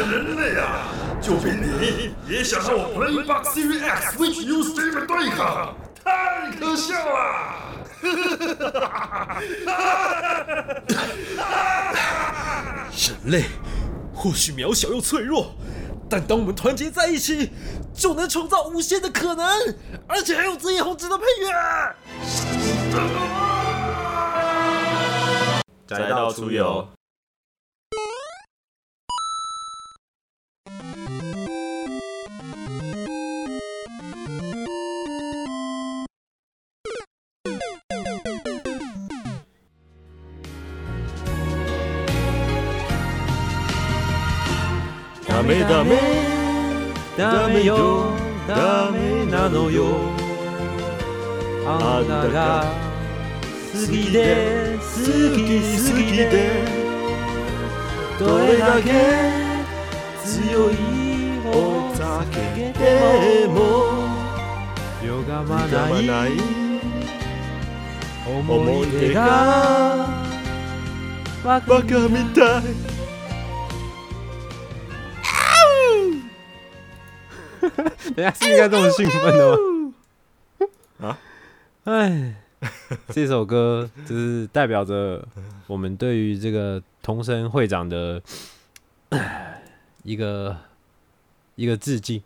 人类啊！就凭你也想和我 Playbox Series X Switch U Stream 对抗，太可笑了！ 人类或许渺小又脆弱，但当我们团结在一起，就能创造无限的可能，而且还有这一红值的配乐。 宅道出游。 ダメダメダメよダメなのよあんたが好きで好きすぎてどれだけ強いお酒でもよがまない思い出がバカみたい。 等一下是应该这么兴奋的吗？ 啊， 哎，这首歌就是代表着我们对于这个童声会长的一个致敬。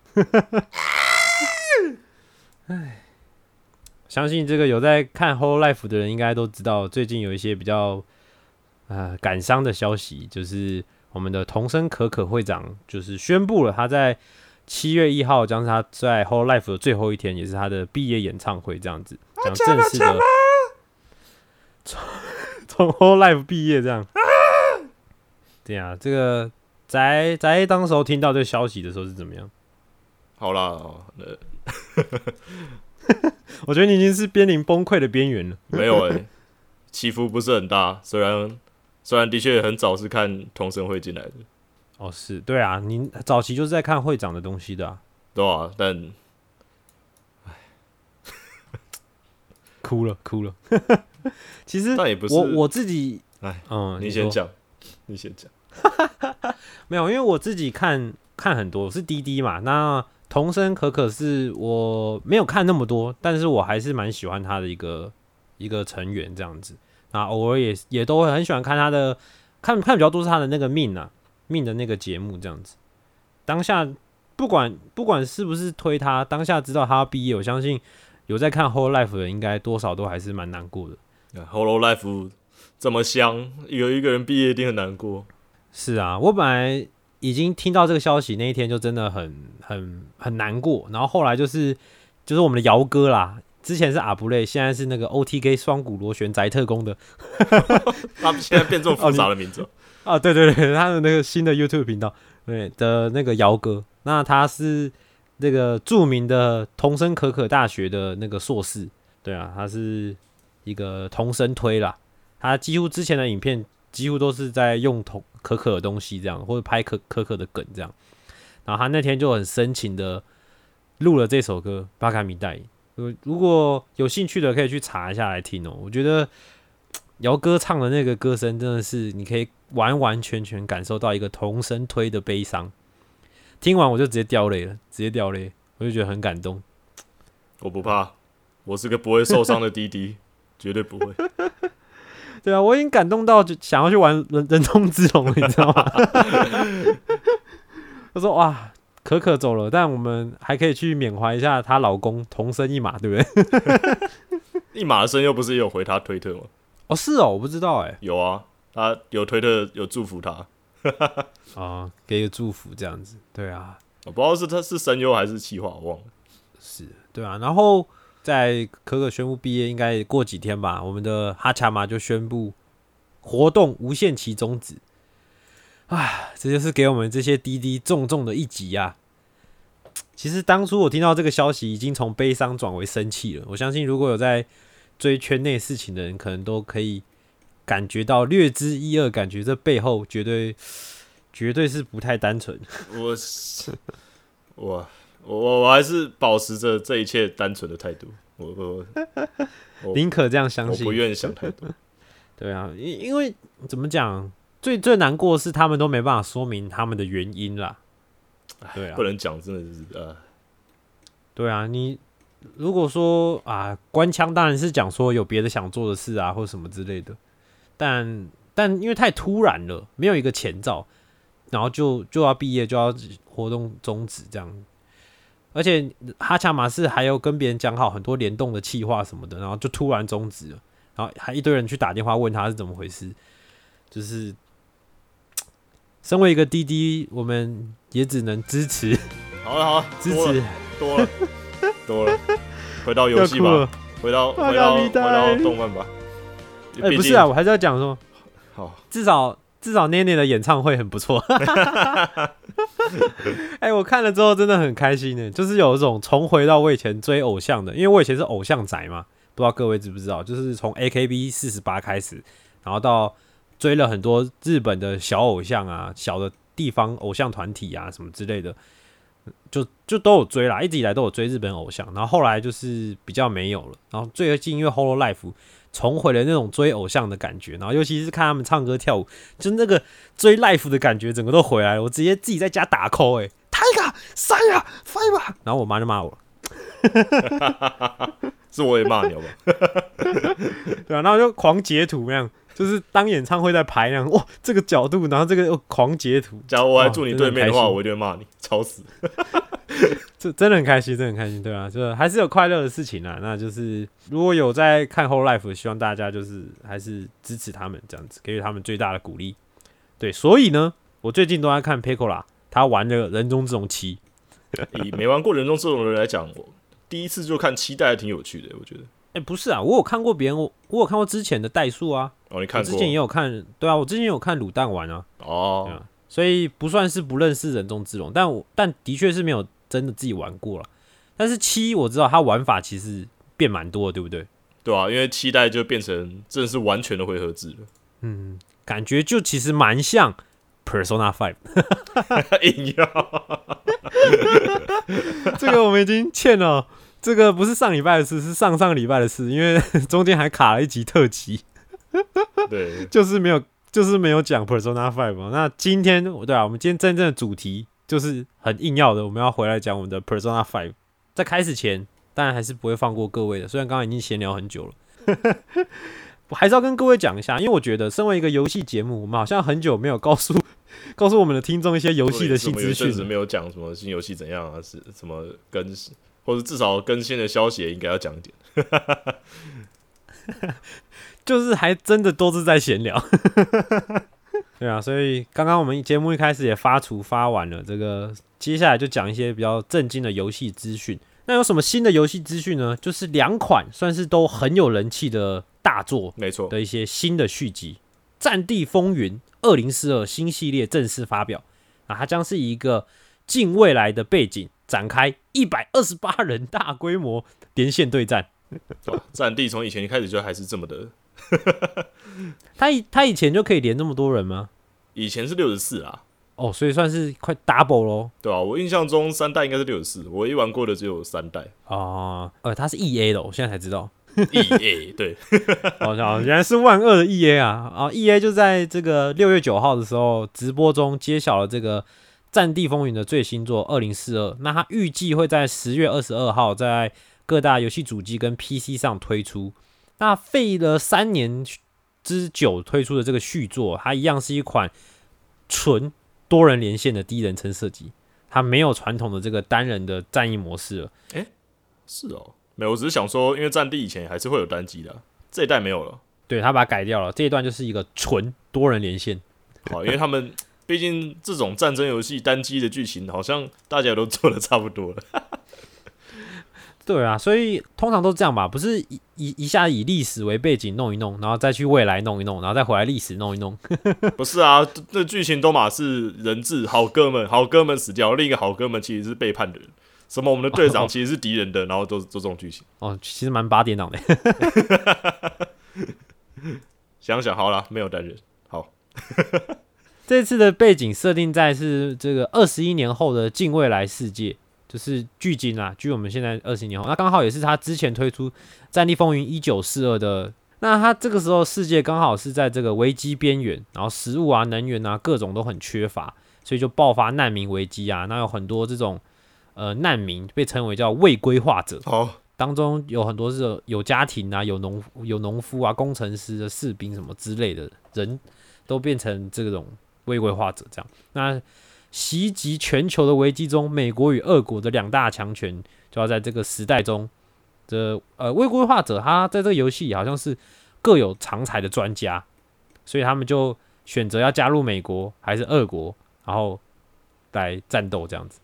哎，相信这个有在看《Whole Life》的人应该都知道，最近有一些比较感伤的消息，就是我们的童声可可会长就是宣布了他在7月1号将是他在 Whole Life 的最后一天，也是他的毕业演唱会，这样子，将正式的从 Whole Life 毕业这样。对啊，这个宅当时候听到这个消息的时候是怎么样？ 好啦， 我觉得你已经是濒临崩溃的边缘了。 没有起伏不是很大，虽然的确很早是看童声会进来的。 哦，是对啊，你早期就是在看会长的东西的啊。 对啊，但哭了。其实但也不是我自己， 你先讲， 没有，因为我自己看很多，我是滴滴嘛。那童声可可是我没有看那么多，但是我还是蛮喜欢他的一个成员这样子。那偶尔也都会很喜欢看他的，看比较多是他的那个命的那个节目这样子。当下不管是不是推他，当下知道他要毕业，我相信有在看 Whole Life 的应该多少都还是蛮难过的。 Whole Life 这么香，有一个人毕业一定很难过。 是啊，我本来已经听到这个消息那一天就真的很难过，然后后来就是我们的姚哥啦，之前是阿布雷，现在是那个 OTK 双股螺旋宅特工的， 他现在变这么复杂的名字啊，对，他的那个新的 YouTube 频道对的那个姚哥，那他是那个著名的童声可可大学的那个硕士，对啊，他是一个童声推啦，他几乎之前的影片几乎都是在用可可的东西这样，或者拍可可的梗这样，然后他那天就很深情的录了这首歌《巴卡米代》，如果有兴趣的可以去查一下来听哦，我觉得姚哥唱的那个歌声真的是你可以完全感受到一个童声推的悲伤，听完我就直接掉泪了，我就觉得很感动。 我不怕，我是个不会受伤的滴滴，绝对不会。 对啊，我已经感动到就想要去玩人中之龙了，你知道吗？他说哇，可可走了，但我们还可以去缅怀一下她老公同生一马，对不对？ 一马的声又不是也有回他推特吗？ 哦，是哦，我不知道哎。 有啊，他有推特有祝福他。 给个祝福这样子。对啊， 我不知道他是声优还是企划，我忘了。 是，对啊。然后在可可宣布毕业，应该过几天吧，我们的哈恰玛就宣布活动无限期终止。这就是给我们这些滴滴重重的一击啊！其实当初我听到这个消息，已经从悲伤转为生气了。我相信如果有在追圈内事情的人，可能都可以感觉到略知一二，感觉这背后绝对是不太单纯。 我还是保持着这一切单纯的态度，我宁可这样相信， 我不愿想太多。 对啊，因为怎么讲， 最难过的是他们都没办法说明他们的原因啦。对啊， 不能讲，真的是对啊，你如果说啊官腔当然是讲说有别的想做的事啊或什么之类的，但因为太突然了，没有一个前兆，然后就要毕业就要活动终止这样。而且哈强马士还有跟别人讲好很多联动的企划什么的，然后就突然终止了，然后还一堆人去打电话问他是怎么回事。就是身为一个滴滴，我们也只能支持。 好了， 支持多了，回到游戏吧，回到动漫吧。 不是啊，我还是要讲说， 好， 至少那年的演唱会很不错。我看了之后真的很开心呢，就是有一种重回到我以前追偶像的，因为我以前是偶像宅嘛，不知道各位知不知道，就是从 AKB48 开始，然后到追了很多日本的小偶像啊，小的地方偶像团体啊什么之类的，就都有追啦，一直以来都有追日本偶像，然后后来就是比较没有了，然后最近因为 Hololive 重回了那种追偶像的感觉，然后尤其是看他们唱歌跳舞，就那个追 live 的感觉整个都回来了，我直接自己在家打 call Tiger 3 5，然后我妈就骂我了。 是我也骂你好不好？ 对啊，然后就狂截图那样，就是当演唱会在排那样，哇，这个角度，然后这个狂截图。 假如我还住你对面的话，我一定会骂你，吵死。 这真的很开心，真的很开心，对啊，就还是有快乐的事情啊。那就是如果有在看 Hololive， 希望大家就是还是支持他们这样子，给予他们最大的鼓励。对，所以呢，我最近都在看 Pecola， 他玩了《人中之龙7》。 以没玩过《人中之龙》的人来讲，我第一次就看7代还挺有趣的，我觉得。 不是啊，我有看过别人，我有看过之前的代数啊。 哦，你看过？ 我之前也有看，对啊，我之前有看卤蛋玩啊。 哦， 对啊，所以不算是不认识人中之龙，但的确是没有真的自己玩过了。但是7我知道它玩法其实变蛮多的，对不对？ 对啊，因为7代就变成真的是完全的回合制了。 感觉就其实蛮像 Persona 5。 硬要。 这个我们已经欠了。这个不是上礼拜的事，是上上礼拜的事，因为中间还卡了一集特辑。 对， 就是没有讲 Persona 5嘛。那今天对啊，我们今天真正的主题就是很硬要的，我们要回来讲我们的 Persona 5。在开始前，当然还是不会放过各位的，虽然刚刚已经闲聊很久了。我还是要跟各位讲一下，因为我觉得身为一个游戏节目，我们好像很久没有告诉我们的听众一些游戏的新资讯， 没有讲什么新游戏怎样啊，是什么更新，或者至少更新的消息也应该要讲一点。 就是还真的都是在闲聊。对啊，所以刚刚我们节目一开始也发完了，这个接下来就讲一些比较震惊的游戏资讯。那有什么新的游戏资讯呢？就是2款算是都很有人气的大作， 没错的一些新的续集，《战地风云2042》新系列正式发表啊，它将是以一个近未来的背景展开128人大规模连线对战。 战地从以前开始就还是这么的。 他以前就可以连那么多人吗？ 以前是64啊。 哦，所以算是快 double 咯。 对啊，我印象中3代应该是64，我一玩过的只有3代。 哦，他是 EA 的，我现在才知道。 EA 对， 原来是12000的 EA 啊！EA 就在这个6月9号的时候直播中揭晓了这个《战地风云》的最新作2042。那它预计会在10月22号在各大游戏主机跟 PC 上推出。那费了3年之久推出的这个续作，它一样是一款纯多人连线的第一人称射击，它没有传统的这个单人的战役模式了。 是哦，没有，我只是想说，因为战地以前还是会有单机的这一代没有了。 对，他把它改掉了，这一段就是一个纯多人连线。 好，因为他们毕竟这种战争游戏单机的剧情，好像大家都做的差不多了。 对啊，所以通常都这样吧，不是一下以历史为背景弄一弄，然后再去未来弄一弄，然后再回来历史弄一弄。 不是啊，这剧情都嘛是人质，好哥们死掉，另一个好哥们其实是背叛的人。什么我们的队长其实是敌人的，然后都这种剧情。 哦，其实蛮8点档的。 想想好啦，没有单人。好， 这次的背景设定在是这个21年后的近未来世界。就是距今啦，距我们现在20年后，那刚好也是他之前推出《战地风云1942》的那它这个时候世界刚好是在这个危机边缘，然后食物啊、能源啊各种都很缺乏，所以就爆发难民危机啊。那有很多这种难民被称为叫未规划者，当中有很多是有家庭啊、有农夫啊、工程师、士兵什么之类的人，都变成这种未规划者这样。那袭击全球的危机中，美国与俄国的两大强权就要在这个时代中。未规划者他在这个游戏里好像是各有长才的专家，所以他们就选择要加入美国还是俄国，然后来战斗这样子，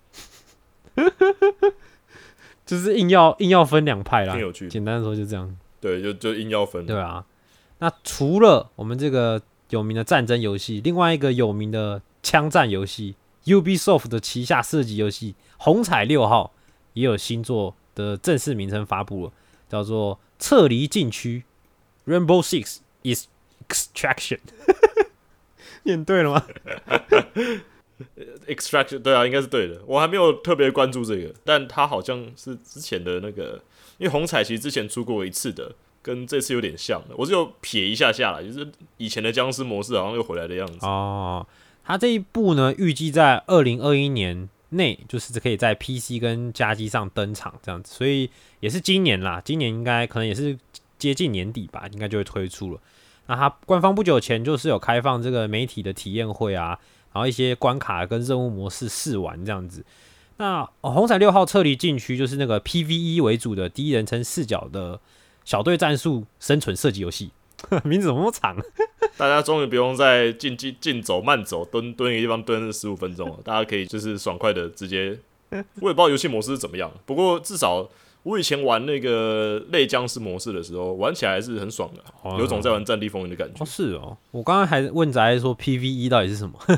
就是硬要分两派啦， 挺有趣的。 简单的说就这样。 对，就硬要分。 对啊，那除了我们这个有名的战争游戏，另外一个有名的枪战游戏 ，Ubisoft 的旗下射击游戏《红彩6号》也有新作。的正式名称发布了，叫做《撤离禁区》（Rainbow Six Extraction） 念对了吗 ？Extraction 对啊，应该是对的。我还没有特别关注这个，但它好像是之前的那个，因为红彩其实之前出过一次的，跟这次有点像的。我就瞥一下下来，就是以前的僵尸模式好像又回来的样子。 哦，它这一部呢，预计在2021年。内就是可以在 PC 跟家机上登场这样子，所以也是今年啦，今年应该可能也是接近年底吧，应该就会推出了。那它官方不久前就是有开放这个媒体的体验会啊，然后一些关卡跟任务模式试玩这样子。那红彩6号撤离禁区就是那个 PVE 为主的第一人称视角的小队战术生存射击游戏，名字怎么那么长？ 大家终于不用再竞走、慢走、蹲一个地方蹲15分钟了，大家可以就是爽快的直接。我也不知道游戏模式是怎么样，不过至少我以前玩那个类僵尸模式的时候，玩起来还是很爽的，有种在玩《战地风云》的感觉。 是哦，我刚刚还问宅说 PVE 到底是什么，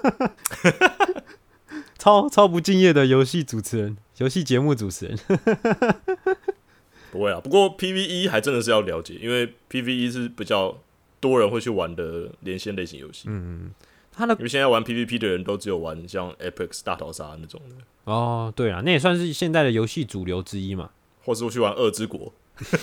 超不敬业的游戏主持人，游戏节目主持人。 不会啊，不过 PVE 还真的是要了解，因为 PVE 是比较多人会去玩的连线类型游戏。因为现在玩 PVP 的人都只有玩像 Apex 大逃杀那种的。 哦，对啊，那也算是现在的游戏主流之一嘛。 或是去玩恶之国。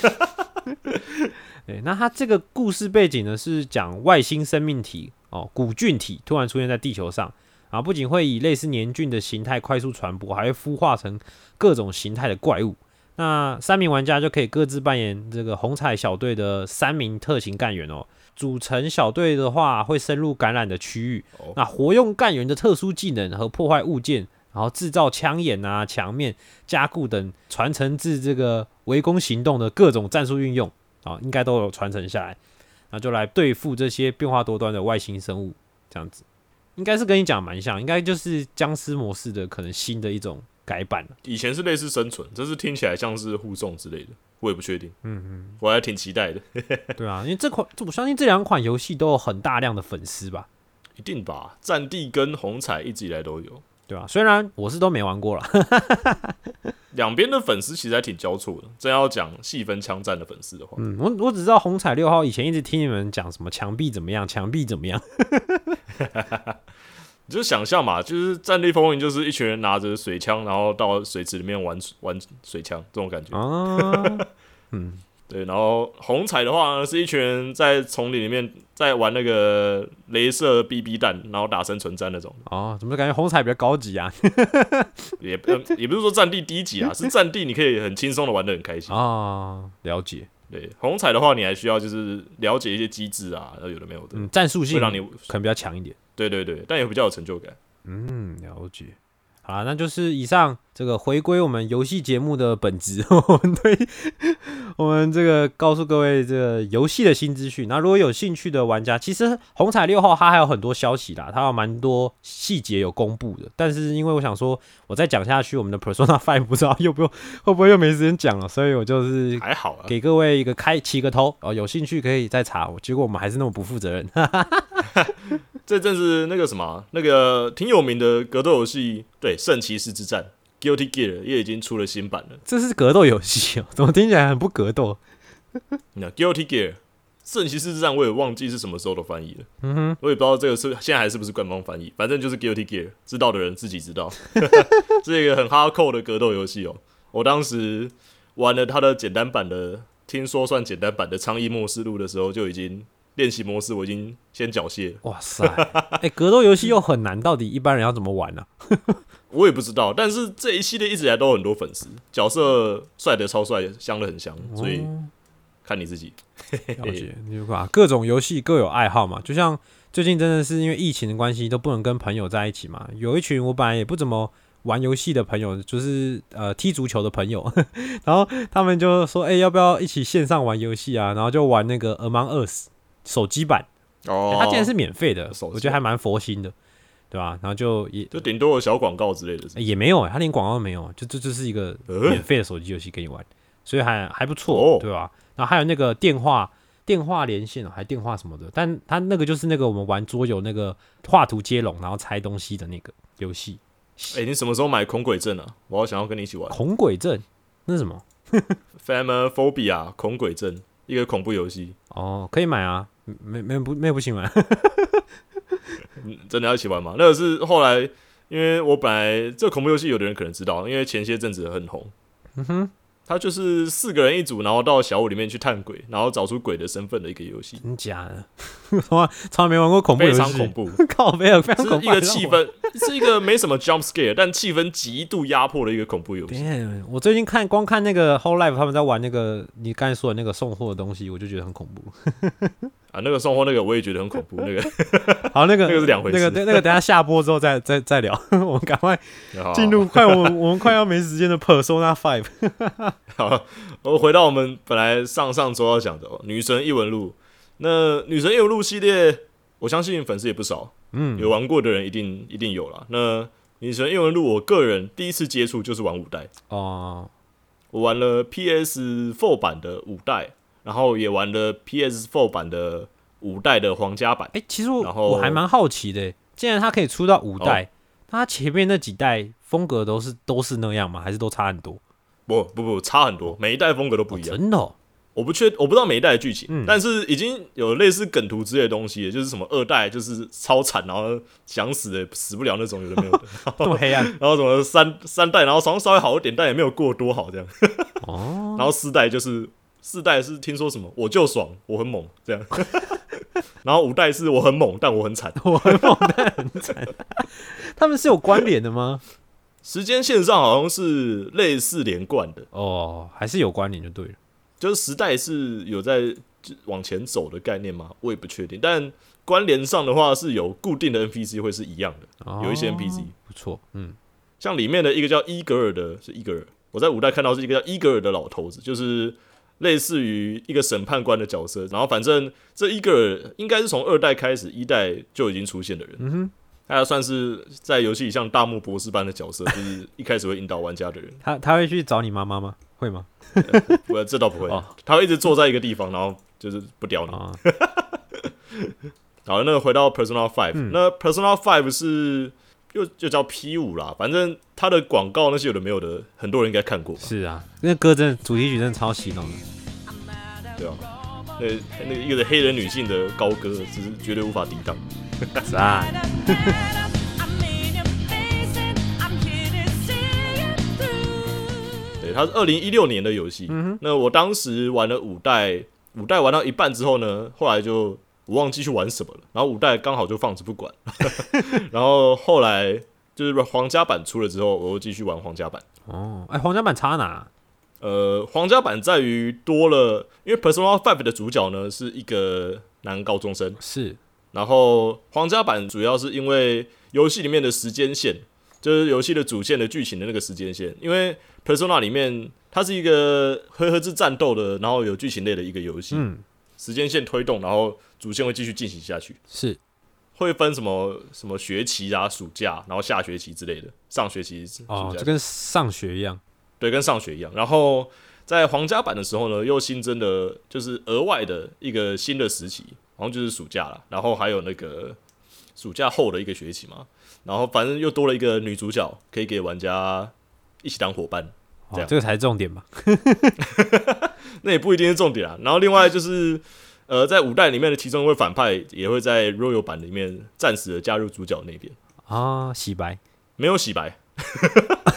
对，那它这个故事背景呢是讲外星生命体古菌体突然出现在地球上，然后不仅会以类似黏菌的形态快速传播，还会孵化成各种形态的怪物。那3名玩家就可以各自扮演这个红彩小队的3名特勤干员哦。组成小队的话，会深入感染的区域，那活用干员的特殊技能和破坏物件，然后制造枪眼啊、墙面、加固等传承至这个围攻行动的各种战术运用应该都有传承下来，那就来对付这些变化多端的外星生物，这样子应该是跟你讲蛮像，应该就是僵尸模式的可能新的一种改版了。 以前是类似生存，这是听起来像是护送之类的，我也不确定。我还挺期待的。 对啊，因为我相信这2款游戏都有很大量的粉丝吧。 一定吧，战地跟红彩一直以来都有。 对啊，虽然我是都没玩过啦。 两边的粉丝其实还挺交错的。真要讲细分枪战的粉丝的话， 我只知道红彩6号以前一直听你们讲什么墙壁怎么样，墙壁怎么样。 你就想象嘛，就是《战地风云》就是一群人拿着水枪，然后到水池里面玩水枪这种感觉。对，然后红彩的话呢，是一群人在丛林里面在玩那个雷射 BB 弹，然后打生存战那种。 怎么感觉红彩比较高级啊？ 也不是说战地低级啊，是战地你可以很轻松的玩得很开心。 了解。 对，红彩的话，你还需要就是了解一些机制啊，有的没有的。 战术性会让你可能比较强一点。 对，但也比较有成就感。 了解。好啦，那就是以上这个回归我们游戏节目的本质，我们这个告诉各位这个游戏的新资讯。那如果有兴趣的玩家，其实红彩6号它还有很多消息啦，它有蛮多细节有公布的。但是因为我想说，我再讲下去，我们的 Persona 5不知道会不会又没时间讲了，所以我就是还好啊， 给各位一个起个头有兴趣可以再查。结果我们还是那么不负责任。 这阵子那个什么，那个挺有名的格斗游戏，对，圣骑士之战 Guilty Gear 也已经出了新版了。 这是格斗游戏怎么听起来很不格斗 ？Guilty Gear 圣骑士之战，我也忘记是什么时候的翻译了。我也不知道这个现在还是不是官方翻译，反正就是 Guilty Gear， 知道的人自己知道。这个很 hardcore 的格斗游戏我当时玩了它的简单版的听说算简单版的昌邑末世录的时候，就已经练习模式我已经先缴械了。 哇塞，格斗游戏又很难，到底一般人要怎么玩呢？ 我也不知道，但是这一系列一直以来都有很多粉丝，角色帅的超帅，香的很香，所以看你自己。 了解，你就看各种游戏各有爱好嘛，就像最近真的是因为疫情的关系，都不能跟朋友在一起嘛。有一群我本来也不怎么玩游戏的朋友，就是踢足球的朋友，然后他们就说，要不要一起线上玩游戏啊？然后就玩那个 Among Us 手机版，它竟然是免费的，我觉得还蛮佛心的。对吧？然后就顶多有小广告之类的也没有，它连广告都没有，就是一个免费的手机游戏给你玩，所以还不错，对吧？然后还有那个电话连线还电话什么的，但它那个就是那个我们玩桌游那个画图接龙，然后猜东西的那个游戏。 你什么时候买恐鬼症啊？我好想要跟你一起玩。 恐鬼症那是什么 ？Phasmophobia 恐鬼症，一个恐怖游戏。 哦，可以买啊，没不行买。 真的要一起玩吗？那个是后来，因为我本来这个恐怖游戏，有的人可能知道，因为前些阵子很红。它就是4个人一组，然后到小屋里面去探鬼，然后找出鬼的身份的一个游戏。 真假的？从来没玩过恐怖游戏， 非常恐怖， 靠，非常恐怖， 是一个气氛，是一个没什么 jump scare， 但气氛极度压迫的一个恐怖游戏。 我最近光看那个 Whole Life 他们在玩那个你刚才说的那个送货的东西，我就觉得很恐怖。 那个送货那个我也觉得很恐怖，那个好，那个是两回事。 那个等一下下播之后再聊，我们赶快进入我们快要没时间的 Persona 5。 好，我回到我们本来上周要讲的女神异闻录。那女神异闻录系列，我相信粉丝也不少，有玩过的人一定有啦。那女神异闻录，我个人第一次接触就是玩5代哦， 我玩了 PS4 版的5代。然后也玩了 PS4 版的5代的皇家版。 其实我还蛮好奇的，既然它可以出到5代，那它前面那几代风格都是那样吗？还是都差很多？ 不，差很多，每一代风格都不一样。 真的哦？ 我不知道每一代的剧情，但是已经有类似梗图之类的东西，就是什么2代就是超惨，然后想死的死不了那种，有的没有的， 这么黑暗。 然后什么三代，然后稍微好一点，但也没有过多好这样。然后4代是听说什么我就爽，我很猛这样。然后5代是我很猛，但我很惨， 我很猛但很惨。他们是有关联的吗？ 时间线上好像是类似连贯的哦，还是有关联就对了。 就是10代是有在往前走的概念吗？我也不确定，但关联上的话是有固定的 NPC 会是一样的，有一些 NPC 不错， 像里面的一个叫伊格尔的，是伊格尔，我在5代看到是一个叫伊格尔的老头子，就是类似于一个审判官的角色，然后反正这伊格尔应该是从2代开始，1代就已经出现的人，他算是在游戏里像大木博士般的角色，就是一开始会引导玩家的人。 他会去找你妈妈吗？会吗？ 这倒不会，他会一直坐在一个地方，然后就是不屌你。好，那回到 Persona 5，那 Persona 5是又叫 P5 啦，反正他的广告那些有的没有的，很多人应该看过吧？ 是啊，那歌真的主题曲真的超洗脑的， 对啊，那一个黑人女性的高歌，只是绝对无法抵挡。 赞。 对，它是2016年的游戏。那我当时玩了5代玩到一半之后呢，后来就我忘记去玩什么了，然后5代刚好就放着不管，然后后来就是皇家版出了之后，我又继续玩皇家版。 皇家版差哪？ 皇家版在于多了，因为 Persona 5的主角呢是一个男高中生， 是。 然后皇家版主要是因为游戏里面的时间线，就是游戏的主线的剧情的那个时间线，因为 Persona 里面它是一个回合制战斗的，然后有剧情类的一个游戏，时间线推动，然后主线会继续进行下去， 是会分什么学期啊、暑假，然后下学期之类的，上学期、暑假， 就跟上学一样， 对，跟上学一样。然后在皇家版的时候呢，又新增了就是额外的一个新的时期。好像就是暑假啦，然后还有那个暑假后的一个学期嘛，然后反正又多了一个女主角，可以给玩家一起当伙伴， 这个才是重点吧？ 那也不一定是重点啊。然后另外就是在5代里面的其中一位反派也会在 Royal 版里面暂时的加入主角那边啊，洗白没有洗白，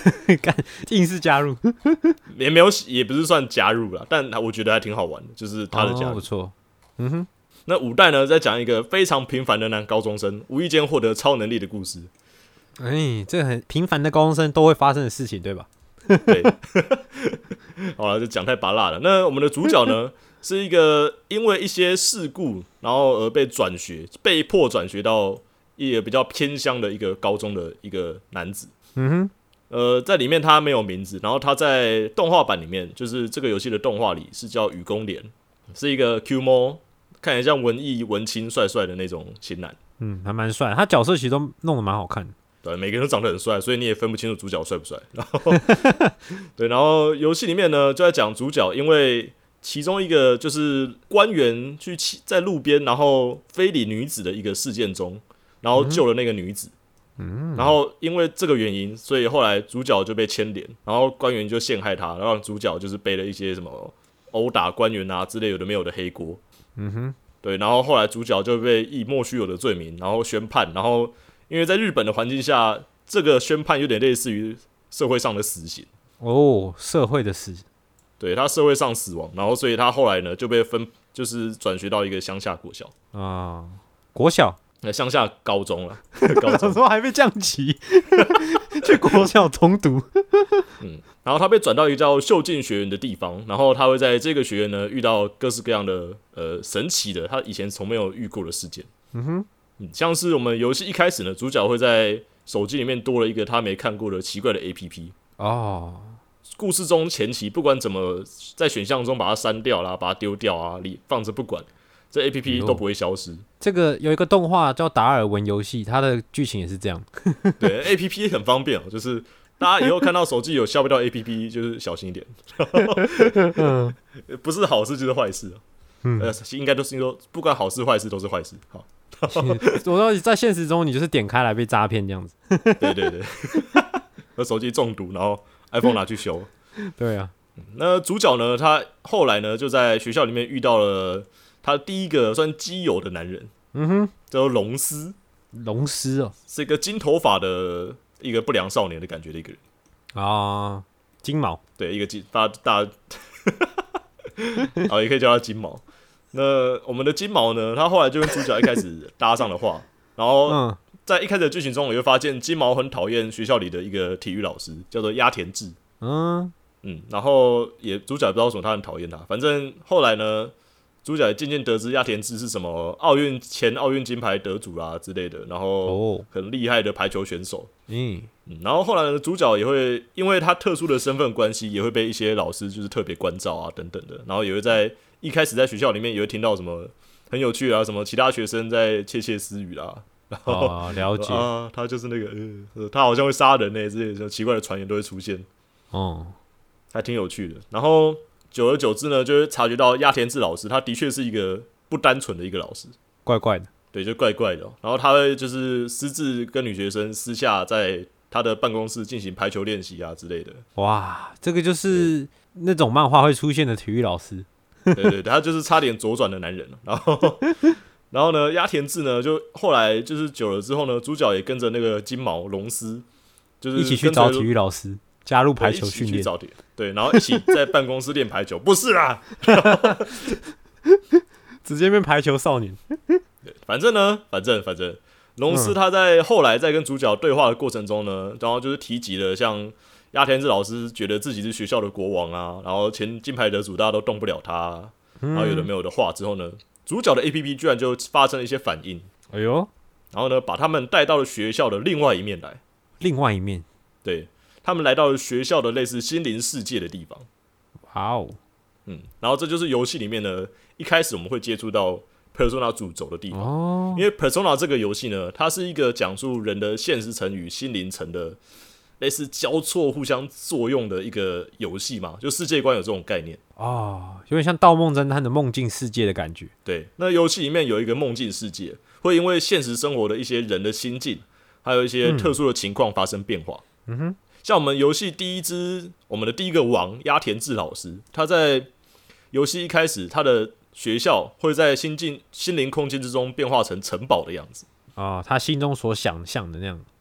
干硬是加入， 也没有，也不是算加入啦，但我觉得还挺好玩的，就是他的加入。 不错。嗯哼， 那五代呢，在讲一个非常平凡的男高中生无意间获得超能力的故事。 这个很平凡的高中生都会发生的事情，对吧？ 对，好了，就讲太拔辣了。那我们的主角呢，是一个因为一些事故，然后而被迫转学到一个比较偏乡的一个高中的一个男子。 嗯哼，在里面他没有名字，然后他在动画版里面，就是这个游戏的动画里是叫雨宫莲，是一个 Q 猫，看起来像文艺文青帅帅的那种型男。 还蛮帅，他角色其实都弄得蛮好看的。 对，每个人都长得很帅，所以你也分不清楚主角帅不帅。然后，对，然后游戏里面呢，就在讲主角因为其中一个就是官员去在路边，然后非礼女子的一个事件中，然后救了那个女子。然后因为这个原因，所以后来主角就被牵连，然后官员就陷害他，然后主角就是背了一些什么殴打官员啊之类有的没有的黑锅。对，然后后来主角就被以莫须有的罪名，然后宣判，然后。因为在日本的环境下，这个宣判有点类似于社会上的死刑社会的死， 对他社会上死亡，然后所以他后来呢就被就是转学到一个乡下国小国小乡下高中了， 高中说还被降级，去国小重读， 然后他被转到一个叫秀静学园的地方，然后他会在这个学院呢遇到各式各样的神奇的他以前从没有遇过的事件，像是我们游戏一开始呢，主角会在手机里面多了一个他没看过的奇怪的 APP 故事中前期不管怎么在选项中把它删掉啦，把它丢掉啊，放着不管，这 APP 都不会消失。 这个有一个动画叫《达尔文游戏》，它的剧情也是这样。 对 ，APP 很方便就是大家以后看到手机有消不掉 APP， 就是小心一点。不是好事就是坏事应该都是说不管好事坏事都是坏事。好。 我说在现实中，你就是点开来被诈骗这样子。 对，和手机中毒，然后 iPhone 拿去修。 对啊， 那主角呢，他后来呢就在学校里面遇到了他第一个算基友的男人，叫做龙司。 龙司是一个金头发的一个不良少年的感觉的一个人金毛， 对，一个大也可以叫他金毛。那我们的金毛呢？他后来就跟主角一开始搭上了话，然后在一开始的剧情中，我就发现金毛很讨厌学校里的一个体育老师，叫做鸭田智。然后主角也不知道为什么他很讨厌他，反正后来呢，主角也渐渐得知鸭田智是什么前奥运金牌得主啦之类的，然后很厉害的排球选手。然后后来呢，主角也会因为他特殊的身份关系，也会被一些老师就是特别关照啊等等的，然后也会在一开始在学校里面也会听到什么很有趣啊，什么其他学生在窃窃私语啦，然后了解他就是那个他好像会杀人之类的奇怪的传言都会出现，还挺有趣的。然后久而久之呢，就会察觉到鸭田智老师他的确是一个不单纯的一个老师， 怪怪的， 对，就怪怪的。然后他会就是私自跟女学生私下在他的办公室进行排球练习啊之类的。 哇，这个就是那种漫画会出现的体育老师。 对，他就是差点左转的男人。然后呢，鸭田智呢，就后来就是久了之后呢，主角也跟着那个金毛龙司，就是一起去找体育老师，加入排球训练。 对，然后一起在办公室练排球。不是啦， 直接变排球少年。 反正龙司他在后来在跟主角对话的过程中呢，然后就是提及了像鸭田智老师觉得自己是学校的国王啊，然后前金牌得主大家都动不了他然后有的没有的话之后呢，主角的 APP 居然就发生了一些反应， 哎呦， 然后呢把他们带到了学校的另外一面来。 另外一面， 对，他们来到了学校的类似心灵世界的地方。 哇哦， 然后这就是游戏里面呢一开始我们会接触到 Persona 主轴的地方，因为 Persona 这个游戏呢，它是一个讲述人的现实层与心灵层的类似交错互相作用的一个游戏嘛，就世界观有这种概念有点像盗梦侦探的梦境世界的感觉。 对，那游戏里面有一个梦境世界，会因为现实生活的一些人的心境，还有一些特殊的情况发生变化。像我们游戏我们的第一个王鸭田智老师，他在游戏一开始，他的学校会在心灵空间之中变化成城堡的样子他心中所想象的那样。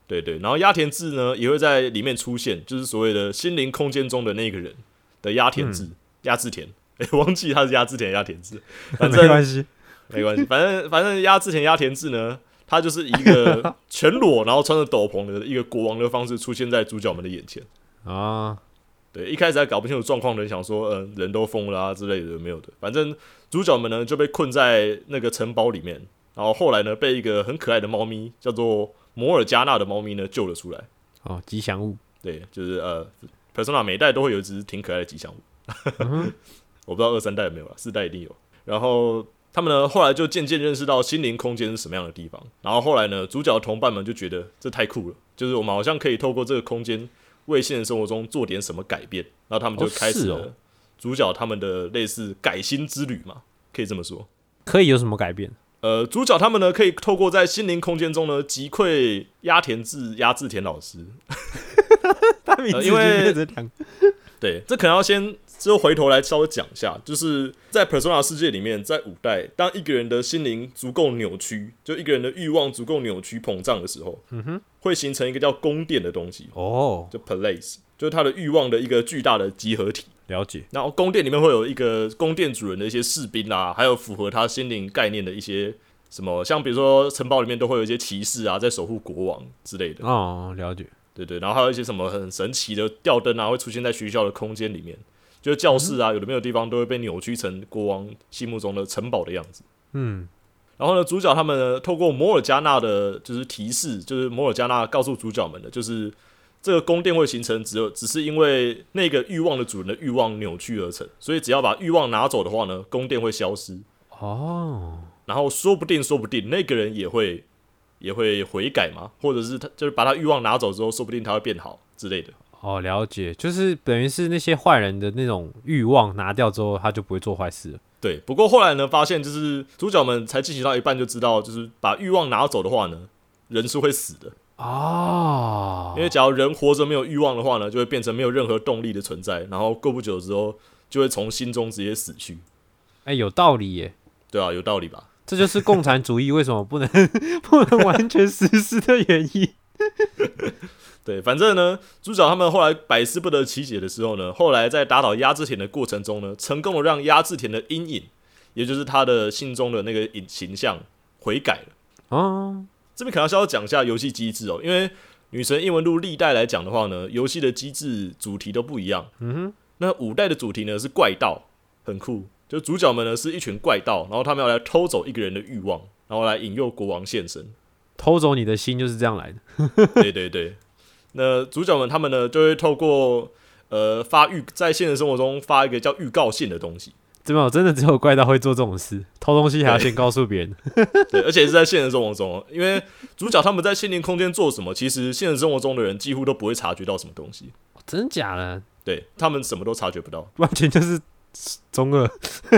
对对，然后鸭田志呢也会在里面出现，就是所谓的心灵空间中的那个人的鸭田志，鸭志田。忘记他是鸭志田鸭田志，反正没关系， 没关系，反正鸭志田鸭田志呢，他就是一个全裸，然后穿着斗篷的一个国王的方式出现在主角们的眼前啊。 对，一开始还搞不清楚状况的人想说，人都疯了啊之类的，没有的。反正主角们呢就被困在那个城堡里面，然后后来呢被一个很可爱的猫咪叫做摩尔加纳的猫咪呢救了出来。 哦，吉祥物。 对，就是Persona 每一代都会有一只挺可爱的吉祥物。我不知道2、3代有没有啦，4代一定有。然后他们呢后来就渐渐认识到心灵空间是什么样的地方。然后后来呢，主角的同伴们就觉得这太酷了，就是我们好像可以透过这个空间为现实生活中做点什么改变。然后他们就开始了主角他们的类似改心之旅嘛，可以这么说。 可以有什么改变？ 主角他们呢可以透过在心灵空间中呢击溃鸭田志老师。 他名字因为变成两个对，这可能要先之后回头来稍微讲一下，就是在 Persona 世界里面，在5代，当一个人的心灵足够扭曲，就一个人的欲望足够扭曲膨胀的时候，会形成一个叫宫殿的东西，就 Palace， 就是他的欲望的一个巨大的集合体。 了解。 然后宫殿里面会有一个宫殿主人的一些士兵啊，还有符合他心灵概念的一些什么，像比如说城堡里面都会有一些骑士啊，在守护国王之类的。 哦，了解。 对对，然后还有一些什么很神奇的吊灯啊，会出现在学校的空间里面，就是教室啊，有的没有地方都会被扭曲成国王心目中的城堡的样子。然后呢，主角他们呢，透过摩尔加纳的就是提示，就是摩尔加纳告诉主角们的，就是这个宫殿会形成只是因为那个欲望的主人的欲望扭曲而成，所以只要把欲望拿走的话呢，宫殿会消失。然后说不定那个人也会悔改嘛，或者是他就是把他欲望拿走之后，说不定他会变好之类的。 了解，就是等于是那些坏人的那种欲望拿掉之后，他就不会做坏事了。 对，不过后来呢，发现就是主角们才进行到一半就知道，就是把欲望拿走的话呢，人是会死的。因为假如人活着没有欲望的话呢，就会变成没有任何动力的存在，然后过不久之后就会从心中直接死去。 有道理耶。 对啊，有道理吧？ 这就是共产主义为什么不能完全实施的原因。 对，反正呢，主角他们后来百思不得其解的时候呢，后来在打倒鸭志田的过程中呢，成功的让鸭志田的阴影，也就是他的心中的那个形象悔改了。这边可能要讲一下游戏机制因为女神异闻录历代来讲的话呢，游戏的机制主题都不一样。那5代的主题呢是怪盗，很酷。就主角们呢是一群怪盗，然后他们要来偷走一个人的欲望，然后来引诱国王现身。 偷走你的心就是这样来的。 对对对。那主角们他们呢就会透过在现实生活中发一个叫预告信的东西。 真的只有怪盗会做这种事，偷东西还要先告诉别人。 对，而且是在现实生活中，因为主角他们在心灵空间做什么，其实现实生活中的人几乎都不会察觉到什么东西。 真假的？ 对，他们什么都察觉不到， 完全就是中二。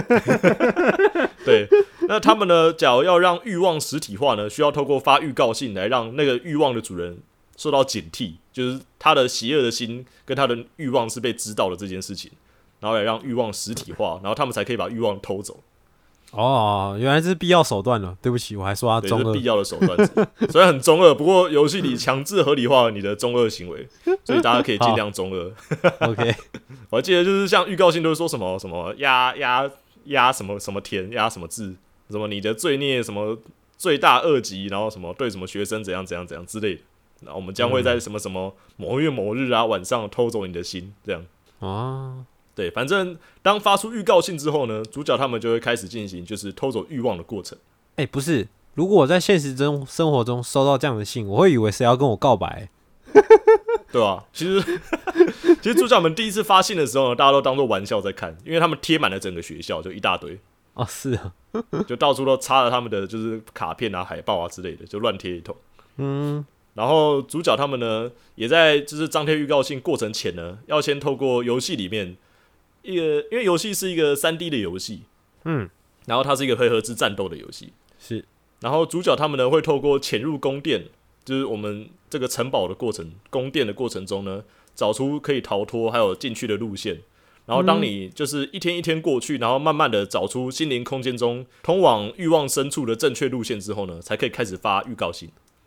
对，那他们呢，假如要让欲望实体化呢，需要透过发预告信来让那个欲望的主人受到警惕，就是他的邪恶的心跟他的欲望是被知道的这件事情，然后来让欲望实体化，然后他们才可以把欲望偷走。 原来这是必要手段了。对不起，我还说他中二。 对，是必要的手段。虽然很中二，不过游戏里强制合理化了你的中二行为，所以大家可以尽量中二。 OK， 我还记得就是像预告信都是说什么什么压什么什么田压什么字，什么你的罪孽什么罪大恶极，然后什么对什么学生怎样怎样怎样之类的。然后我们将会在什么什么某月某日晚上偷走你的心，这样。对，反正当发出预告信之后呢，主角他们就会开始进行就是偷走欲望的过程。 不是，如果我在现实中生活中收到这样的信，我会以为谁要跟我告白。 对啊，其实主角们第一次发信的时候呢，大家都当作玩笑在看，因为他们贴满了整个学校，就一大堆。 是啊， 就到处都插了他们的就是卡片啊、海报啊之类的，就乱贴一通。然后主角他们呢，也在就是张贴预告信过程前呢，要先透过游戏里面因为游戏是一个3D 的游戏，然后它是一个回合制战斗的游戏， 是。然后主角他们呢会透过潜入宫殿，就是我们这个城堡的过程、宫殿的过程中呢，找出可以逃脱还有进去的路线。然后当你就是一天一天过去，然后慢慢的找出心灵空间中通往欲望深处的正确路线之后呢，才可以开始发预告信。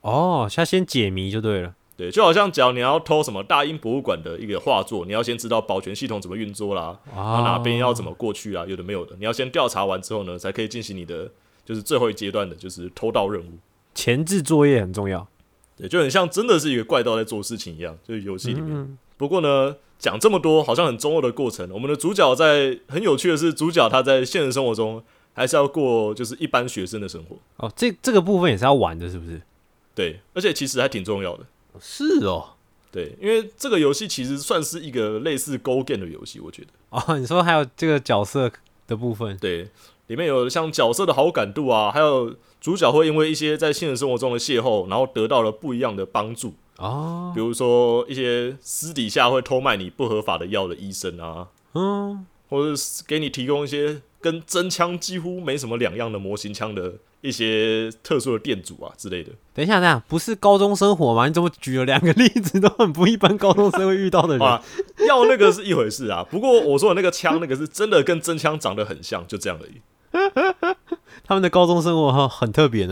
哦，他先解谜就对了。 对，就好像假如你要偷什么大英博物馆的一个画作，你要先知道保全系统怎么运作啦，然后哪边要怎么过去啦，有的没有的，你要先调查完之后呢，才可以进行你的就是最后一阶段的，就是偷盗任务。 前置作业很重要。 对，就很像真的是一个怪盗在做事情一样，就是游戏里面。不过呢，讲这么多好像很中二的过程，我们的主角在很有趣的是，主角他在现实生活中还是要过就是一般学生的生活。 哦，这个部分也是要玩的，是不是？ 对，而且其实还挺重要的。 是哦。 对，因为这个游戏其实算是一个类似 Go Game 的游戏，我觉得。 哦，你说还有这个角色的部分？ 对，里面有像角色的好感度啊，还有主角会因为一些在现实生活中的邂逅，然后得到了不一样的帮助。 哦， 比如说一些私底下会偷卖你不合法的药的医生啊，或者是给你提供一些跟真枪几乎没什么两样的模型枪的一些特殊的店主啊之类的。 等一下，不是高中生活吗？你怎么举了2个例子都很不一般高中生会遇到的人？ 药那个是一回事啊，不过我说的那个枪，那个是真的跟真枪长得很像，就这样而已。 他们的高中生活很特别呢。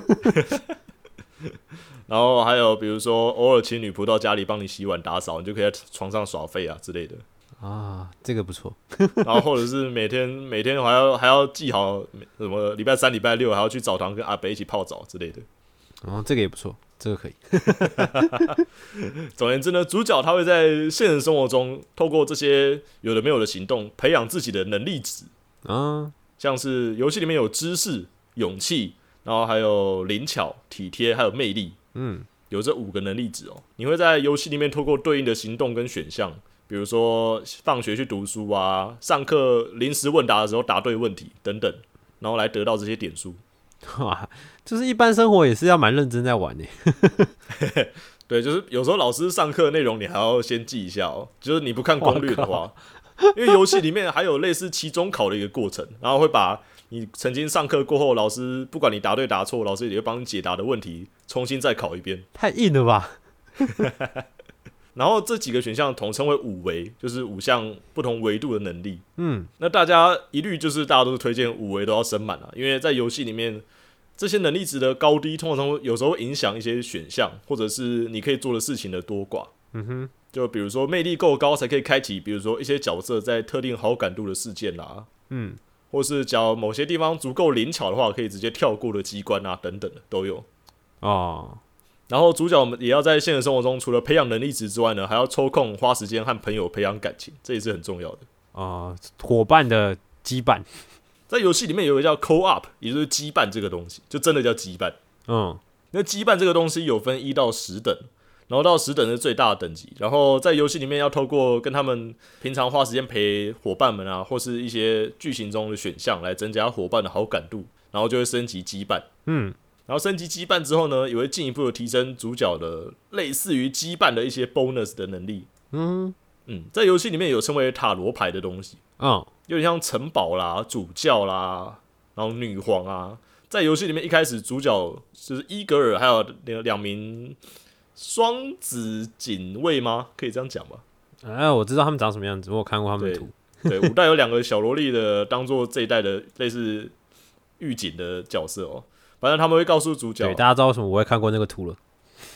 然后还有比如说偶尔请女仆到家里帮你洗碗打扫，你就可以在床上耍废啊之类的啊，这个不错。 然后或者是每天还要记好什么礼拜3、礼拜6还要去澡堂跟阿北一起泡澡之类的。 哦，这个也不错，这个可以。 总而言之呢，主角他会在现实生活中透过这些有的没有的行动，培养自己的能力值啊，像是游戏里面有知识、勇气，然后还有灵巧、体贴，还有魅力。有这5个能力值哦。你会在游戏里面透过对应的行动跟选项，比如说放学去读书啊，上课临时问答的时候答对问题等等，然后来得到这些点数。 哇，就是一般生活也是要蛮认真在玩的。 对，就是有时候老师上课的内容你还要先记一下哦，就是你不看攻略的话，因为游戏里面还有类似期中考的一个过程，然后会把你曾经上课过后，老师不管你答对答错，老师也会帮你解答的问题重新再考一遍。 太硬了吧？ 然后这几个选项统称为5维，就是5项不同维度的能力。那大家一律就是大家都是推荐5维都要升满啊，因为在游戏里面这些能力值的高低，通常有时候会影响一些选项，或者是你可以做的事情的多寡。就比如说魅力够高才可以开启，比如说一些角色在特定好感度的事件啦，或是假如某些地方足够灵巧的话，可以直接跳过的机关啊等等的都有哦。然后主角我们也要在现实生活中，除了培养能力值之外呢，还要抽空花时间和朋友培养感情，这也是很重要的伙伴的羁绊。 在游戏里面有一个叫 co-op， 也就是羁绊这个东西，就真的叫羁绊。那羁绊这个东西有分1到10等，然后到10等是最大的等级。然后在游戏里面要透过跟他们平常花时间陪伙伴们啊，或是一些剧情中的选项来增加伙伴的好感度，然后就会升级羁绊。然后升级羁绊之后呢，也会进一步的提升主角的类似于羁绊的一些 bonus 的能力。在游戏里面有称为塔罗牌的东西，有点像城堡啦、主教啦，然后女皇啊。在游戏里面一开始主角就是伊格尔，还有2名双子警卫吗？可以这样讲吧？ 我知道他们长什么样子，我有看过他们的图。 对，5代有2个小萝莉的，当做这一代的类似狱警的角色哦。反正他们会告诉主角， 对，大家知道为什么我会看过那个图了。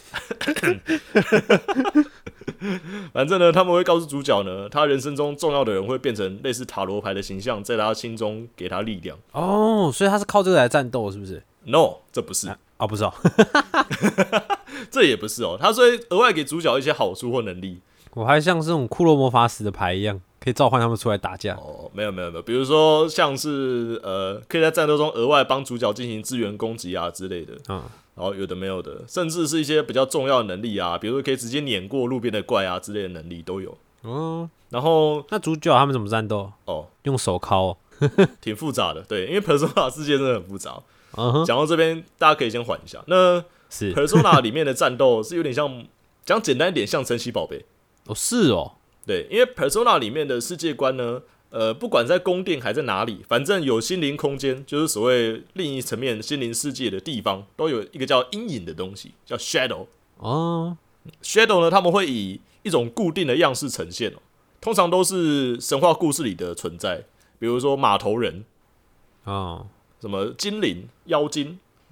反正呢，他们会告诉主角呢，他人生中重要的人会变成类似塔罗牌的形象，在他心中给他力量。 所以他是靠这个来战斗，是不是 ？No， 这不是不是这也不是哦。他会额外给主角一些好处或能力。 我还像是这种库洛魔法使的牌一样，可以召唤他们出来打架。 没有，比如说像是可以在战斗中额外帮主角进行支援攻击啊之类的。然后有的没有的，甚至是一些比较重要的能力啊，比如说可以直接碾过路边的怪啊之类的能力都有。然后那主角他们怎么战斗？用手敲挺复杂的，对，因为 Persona 世界真的很复杂。讲到这边，大家可以先缓一下。那 Persona 里面的战斗是有点像，讲简单一点，像神奇宝贝。 是哦， 对，因为 Persona 里面的世界观呢，不管在宫殿还在哪里，反正有心灵空间，就是所谓另一层面心灵世界的地方，都有一个叫阴影的东西，叫 Shadow。Shadow 呢，他们会以一种固定的样式呈现通常都是神话故事里的存在，比如说马头人什么精灵、妖精，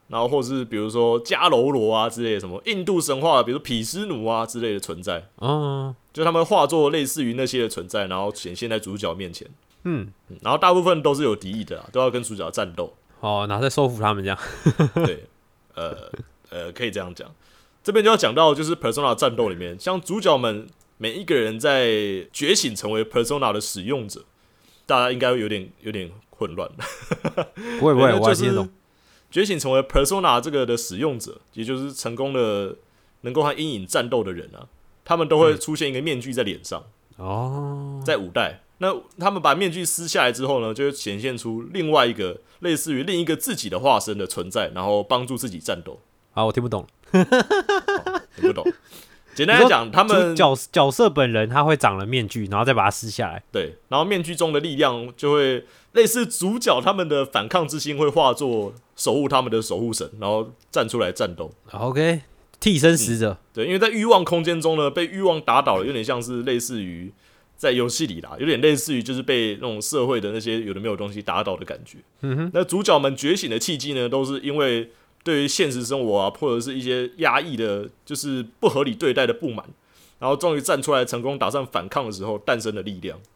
然后或是比如说迦楼罗啊之类的什么印度神话，比如说毗湿奴啊之类的存在，就他们化作类似于那些的存在，然后显现在主角面前。然后大部分都是有敌意的都要跟主角战斗。 然后再收服他们这样。 对，可以这样讲。这边就要讲到，就是 Persona 战斗里面，像主角们每一个人在觉醒成为 Persona 的使用者，大家应该有点混乱。 不会，我还听得懂。 觉醒成为 Persona 这个的使用者，也就是成功的能够和阴影战斗的人啊，他们都会出现一个面具在脸上。在5代，那他们把面具撕下来之后呢，就会显现出另外一个类似于另一个自己的化身的存在，然后帮助自己战斗。 我听不懂。 听不懂。简单来讲，他们角色本人他会长了面具，然后再把它撕下来。 对，然后面具中的力量就会类似主角他们的反抗之心，会化作守护他们的守护神，然后站出来战斗。 OK， 替身使者。 对，因为在欲望空间中呢，被欲望打倒了，有点像是类似于在游戏里啦，有点类似于就是被那种社会的那些有的没有的东西打倒的感觉。那主角们觉醒的契机呢，都是因为对于现实生活啊，或者是一些压抑的，就是不合理对待的不满，然后终于站出来，成功打上反抗的时候诞生的力量。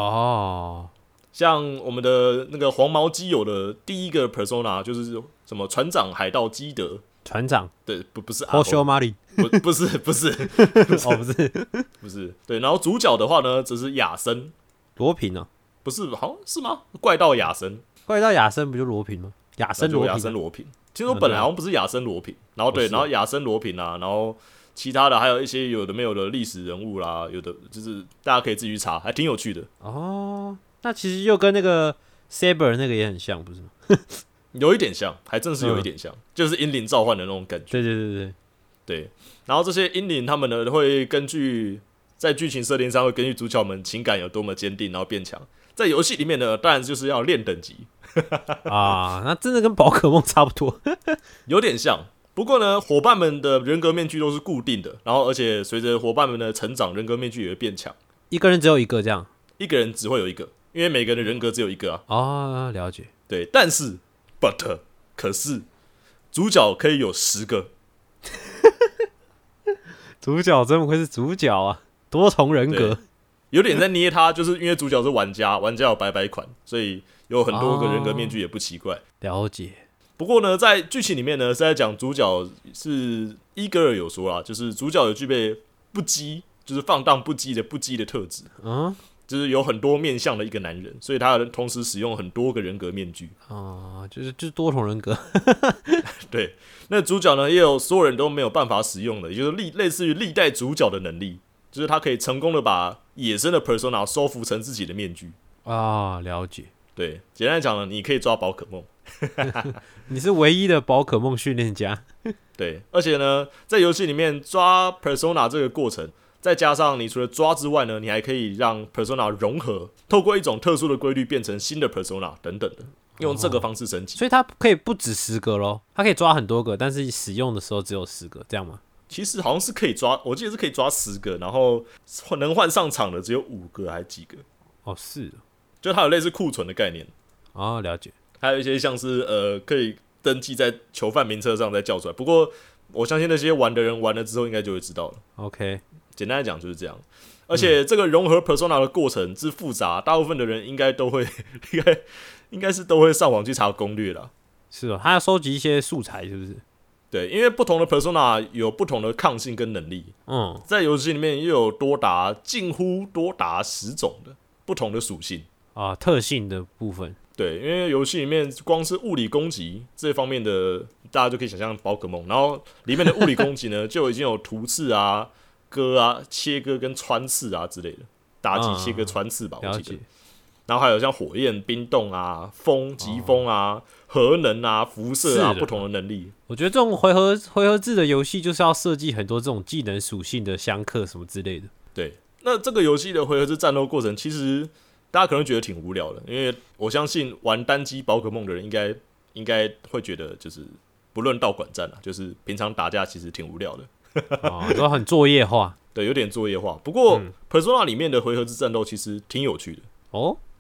像我们的那个黄毛基友的第一个 persona 就是什么船长海盗基德。 船长？ 对，不是阿修马里， 不是， 不是， 对。然后主角的话呢，则是亚森罗平啊， 不是，好像是吗？怪盗亚森不就罗平吗？亚森罗平。听说本来好像不是亚森罗平，然后对，然后亚森罗平啊，然后其他的还有一些有的没有的历史人物啦，有的就是大家可以自己去查，还挺有趣的。 那其实又跟那个 Saber 那个也很像，不是吗？ 有一点像，还真是有一点像，就是英灵召唤的那种感觉。对。然后这些英灵他们呢，会根据在剧情设定上会根据主角们情感有多么坚定，然后变强。在游戏里面呢，当然就是要练等级。 那真的跟宝可梦差不多。 有点像。不过呢，伙伴们的人格面具都是固定的，然后而且随着伙伴们的成长，人格面具也会变强。 一个人只有一个这样？ 一个人只会有一个，因为每个人的人格只有一个啊。了解。 对，但是 可是主角可以有10个。 主角真不愧是主角啊，多重人格。 有点在捏他，就是因为主角是玩家有百款，所以有很多个人格面具也不奇怪。 了解。 不过呢，在剧情里面呢，是在讲主角是伊格尔有说啦，就是主角有具备不羁，就是放荡不羁的特质。就是有很多面向的一个男人，所以他同时使用很多个人格面具。 就是多重人格。 对，那主角呢，也有所有人都没有办法使用的，也就是类似于历代主角的能力，就是他可以成功的把野生的 persona 收服成自己的面具。 了解。 对，简单来讲呢，你可以抓宝可梦。 你是唯一的宝可梦训练家。 对，而且呢，在游戏里面抓 persona 这个过程，再加上你除了抓之外呢，你还可以让 persona 融合，透过一种特殊的规律变成新的 persona 等等的，用这个方式升级。 所以它可以不止10个咯，它可以抓很多个，但是使用的时候只有10个，这样吗？ 其实好像是可以抓，我记得是可以抓10个，然后能换上场的只有5个还几个。 是， 就它有类似库存的概念。 了解。 还有一些像是可以登记在囚犯名册上再叫出来，不过我相信那些玩的人玩了之后应该就会知道了。 OK， 简单来讲就是这样。而且这个融合 persona 的过程之复杂，大部分的人应该都会应该是都会上网去查攻略啦。 是他要收集一些素材，是不是？ 对，因为不同的 persona 有不同的抗性跟能力。在游戏里面又有近乎多达10种的不同的属性特性的部分。 对，因为游戏里面光是物理攻击这方面的，大家就可以想象宝可梦，然后里面的物理攻击呢，就已经有突刺啊、割啊、切割跟穿刺啊之类的，打击、切割、穿刺吧，我记得。然后还有像火焰、冰冻啊、风、疾风啊、核能啊、辐射啊，不同的能力。 我觉得这种回合制的游戏就是要设计很多这种技能属性的相克什么之类的。 对，那这个游戏的回合制战斗过程，其实大家可能觉得挺无聊的，因为我相信玩单机宝可梦的人应该会觉得，就是不论道馆战就是平常打架其实挺无聊的。 都很作业化。 对，有点作业化。不过Persona 里面的回合制战斗其实挺有趣的。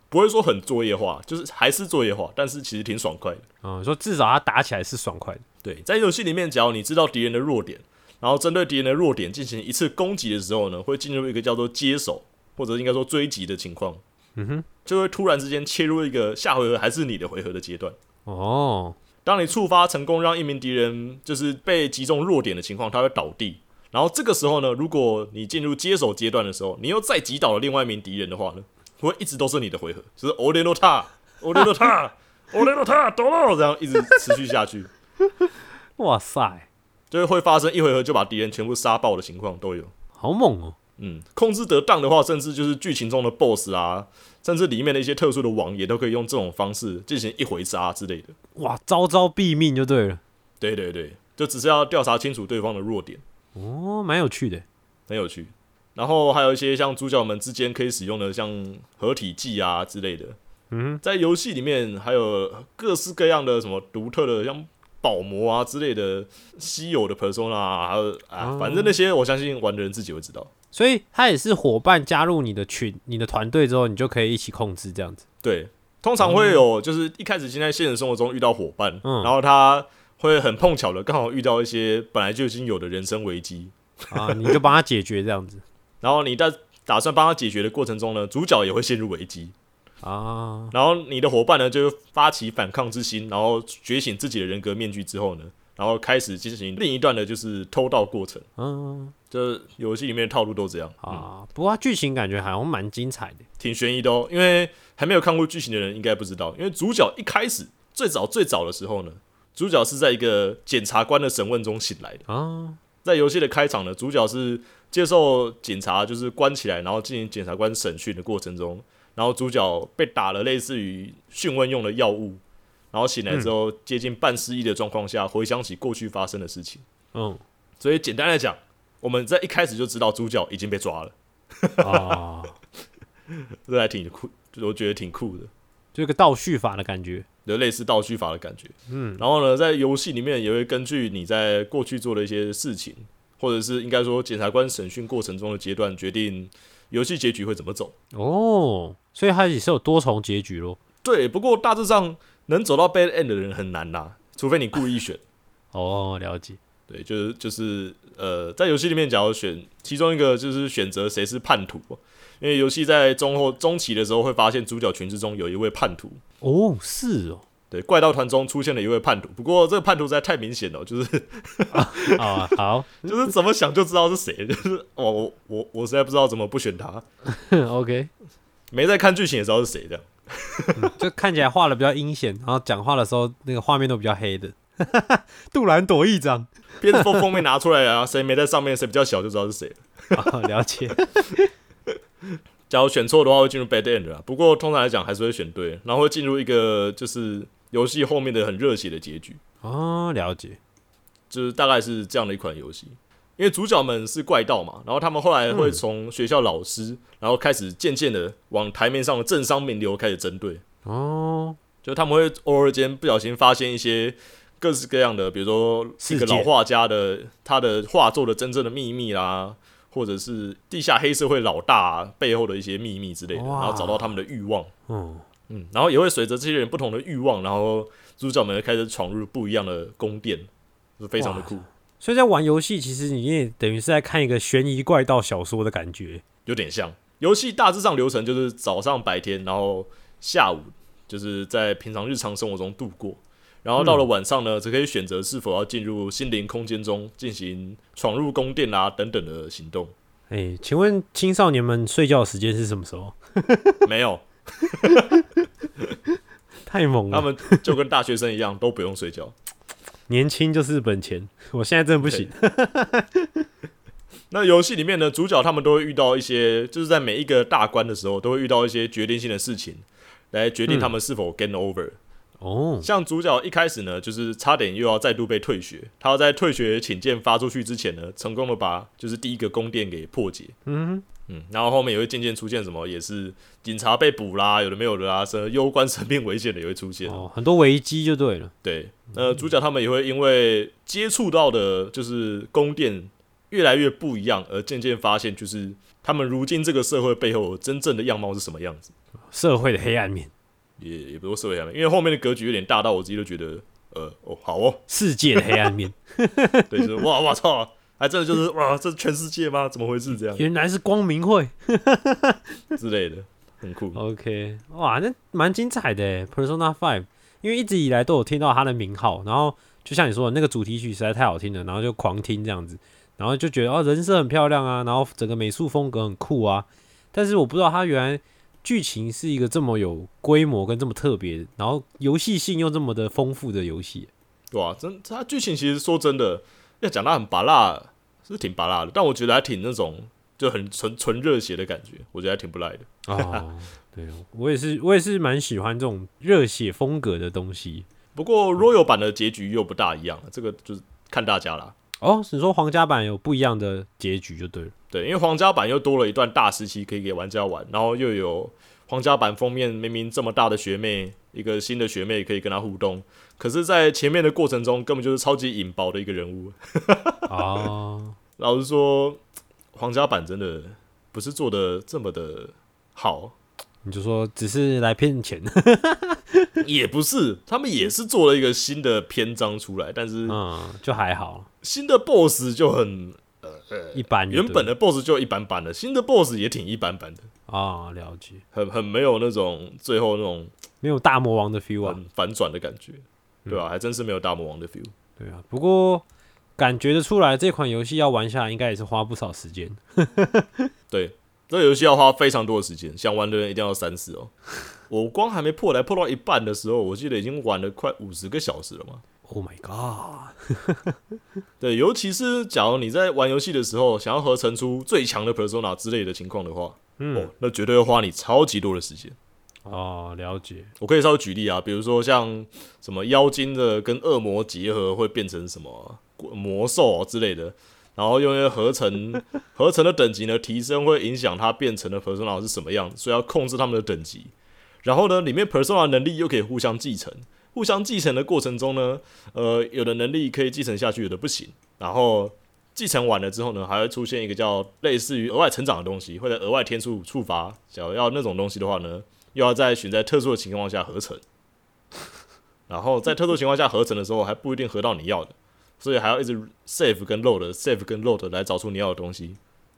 不会说很作业化，就是还是作业化，但是其实挺爽快的。 说至少他打起来是爽快的。 对，在游戏里面，只要你知道敌人的弱点，然后针对敌人的弱点进行一次攻击的时候呢，会进入一个叫做接手，或者应该说追击的情况。就会突然之间切入一个下回合还是你的回合的阶段。当你触发成功让一名敌人就是被击中弱点的情况，他会倒地。然后这个时候呢，如果你进入接手阶段的时候，你又再击倒了另外一名敌人的话呢，会一直都是你的回合，就是オレのタ、オレのタ、オレのタ、ドロ这样一直持续下去。 哇塞， 就是会发生一回合就把敌人全部杀爆的情况都有。 好猛哦！ 控制得当的话，甚至就是剧情中的 BOSS 啊，甚至里面的一些特殊的网也都可以用这种方式进行一回杀之类的。 哇，招招毙命就对了。 对对对，就只是要调查清楚对方的弱点。 蛮有趣的， 很有趣。然后还有一些像主角们之间可以使用的像合体技啊之类的。在游戏里面还有各式各样的什么独特的像宝魔啊之类的稀有的 persona 啊，还有反正那些我相信玩的人自己会知道。 所以他也是伙伴加入你的群、你的团队之后，你就可以一起控制这样子。 对，通常会有就是一开始先在现实生活中遇到伙伴，然后他会很碰巧的刚好遇到一些本来就已经有的人生危机你就帮他解决这样子。 然后你在打算帮他解决的过程中呢，主角也会陷入危机然后你的伙伴呢就发起反抗之心，然后觉醒自己的人格面具之后呢，然后开始进行另一段的就是偷盗过程。这游戏里面的套路都这样不过它剧情感觉好像蛮精彩的， 挺悬疑的哦。因为还没有看过剧情的人应该不知道，因为主角一开始最早的时候呢，主角是在一个检察官的审问中醒来的在游戏的开场呢，主角是接受警察就是关起来，然后进行检察官审讯的过程中，然后主角被打了类似于讯问用的药物，然后醒来之后接近半失忆的状况下，回想起过去发生的事情。所以简单来讲，我们在一开始就知道主角已经被抓了这还挺酷，我觉得挺酷的， 就一个倒叙法的感觉， 有类似倒叙法的感觉。然后呢，在游戏里面也会根据你在过去做的一些事情，或者是应该说检察官审讯过程中的阶段，决定游戏结局会怎么走。 所以它也是有多重结局咯。 对，不过大致上能走到 bad end 的人很难啦，除非你故意选。 了解。 对，就是在游戏里面，假如选其中一个就是选择谁是叛徒，因为游戏在中期的时候会发现主角群之中有一位叛徒。 是哦。 对，怪盗团中出现了一位叛徒，不过这个叛徒实在太明显了，就是好， 就是怎么想就知道是谁，就是我实在不知道怎么不选他。 OK， 没在看剧情也知道是谁这样。 就看起来画的比较阴险，然后讲话的时候那个画面都比较黑的。杜兰朵议长， 片子封面拿出来啊，谁没在上面，谁比较小就知道是谁了。 了解。 假如选错的话，会进入 bad end 啦。不过通常来讲还是会选对，然后会进入一个就是游戏后面的很热血的结局。 了解。 就是大概是这样的一款游戏。因为主角们是怪盗嘛，然后他们后来会从学校老师，然后开始渐渐的往台面上的政商名流开始针对。就他们会偶尔间不小心发现一些各式各样的，比如说一个老画家的他的画作的真正的秘密啦，或者是地下黑社会老大背后的一些秘密之类的，然后找到他们的欲望。然后也会随着这些人不同的欲望，然后主角们会开始闯入不一样的宫殿，就非常的酷。 所以在玩游戏，其实你也等于是在看一个悬疑怪盗小说的感觉， 有点像。游戏大致上流程就是早上白天，然后下午就是在平常日常生活中度过，然后到了晚上呢，则可以选择是否要进入心灵空间中进行闯入宫殿啊等等的行动。 请问青少年们睡觉的时间是什么时候？ 没有， 太猛了， 他们就跟大学生一样，都不用睡觉。 年轻就是本钱，我现在真的不行。 那游戏里面呢，主角他们都会遇到一些，就是在每一个大关的时候，都会遇到一些决定性的事情，来决定他们是否 game over。像主角一开始呢，就是差点又要再度被退学，他要在退学请件发出去之前呢，成功的把就是第一个宫殿给破解。然后后面也会渐渐出现什么，也是警察被捕啦，有的没有的啦，攸关生命危险的也会出现。 很多危机就对了。 对，主角他们也会因为接触到的就是宫殿越来越不一样，而渐渐发现就是他们如今这个社会背后真正的样貌是什么样子。 社会的黑暗面， 也不是社会黑暗面，因为后面的格局有点大到我自己都觉得，好哦， 世界的黑暗面。 对，就是哇操，还真的就是哇，这是全世界吗？怎么回事？这样原来是光明会之类的，很酷。 OK， 哇，那蛮精彩的耶 Persona 5，因为一直以来都有听到它的名号，然后就像你说的那个主题曲实在太好听了，然后就狂听这样子，然后就觉得人设很漂亮啊，然后整个美术风格很酷啊，但是我不知道它原来剧情是一个这么有规模跟这么特别，然后游戏性又这么的丰富的游戏。 对啊，它剧情其实说真的，要讲它很拔辣，是挺拔辣的，但我觉得还挺那种就很纯热血的感觉，我觉得还挺不赖的。 哦，对，我也是蛮喜欢这种热血风格的东西。 不过 Royal 版的结局又不大一样，这个就是看大家啦。 哦，你说皇家版有不一样的结局就对了。 对，因为皇家版又多了一段大时期可以给玩家玩，然后又有皇家版封面明明这么大的学妹，一个新的学妹可以跟她互动，可是，在前面的过程中根本就是超级引爆的一个人物。 哦， 老实说，皇家版真的不是做的这么的好。 你就说只是来骗钱， 也不是，他们也是做了一个新的篇章出来，但是就还好， 新的 BOSS 就很一般， 原本的 BOSS 就一般般的，新的 BOSS 也挺一般般的啊，了解， 很没有那种最后那种没有大魔王的 feel 啊， 很反转的感觉，对吧？还真是没有大魔王的 feel。 对啊，不过感觉得出来，这款游戏要玩下来，应该也是花不少时间。 对。这个游戏要花非常多的时间，想玩的人一定要3-4哦。我光还没破到一半的时候，我记得已经玩了快50个小时了嘛。 Oh my god！ 对，尤其是假如你在玩游戏的时候，想要合成出最强的 Persona 之类的情况的话，那绝对会花你超级多的时间。 哦，了解。 我可以稍微举例啊，比如说像什么妖精的跟恶魔结合会变成什么魔兽之类的。然后因为合成的等级呢提升会影响它变成的 Persona 是什么样子，所以要控制它们的等级。然后呢，里面 Persona 能力又可以互相继承，互相继承的过程中呢，有的能力可以继承下去，有的不行。然后继承完了之后呢，还会出现一个叫类似于额外成长的东西，会在额外天数触发。假如要那种东西的话呢，又要在选在特殊的情况下合成。然后在特殊情况下合成的时候，还不一定合到你要的。所以还要一直 save 跟 load 来找出你要的东西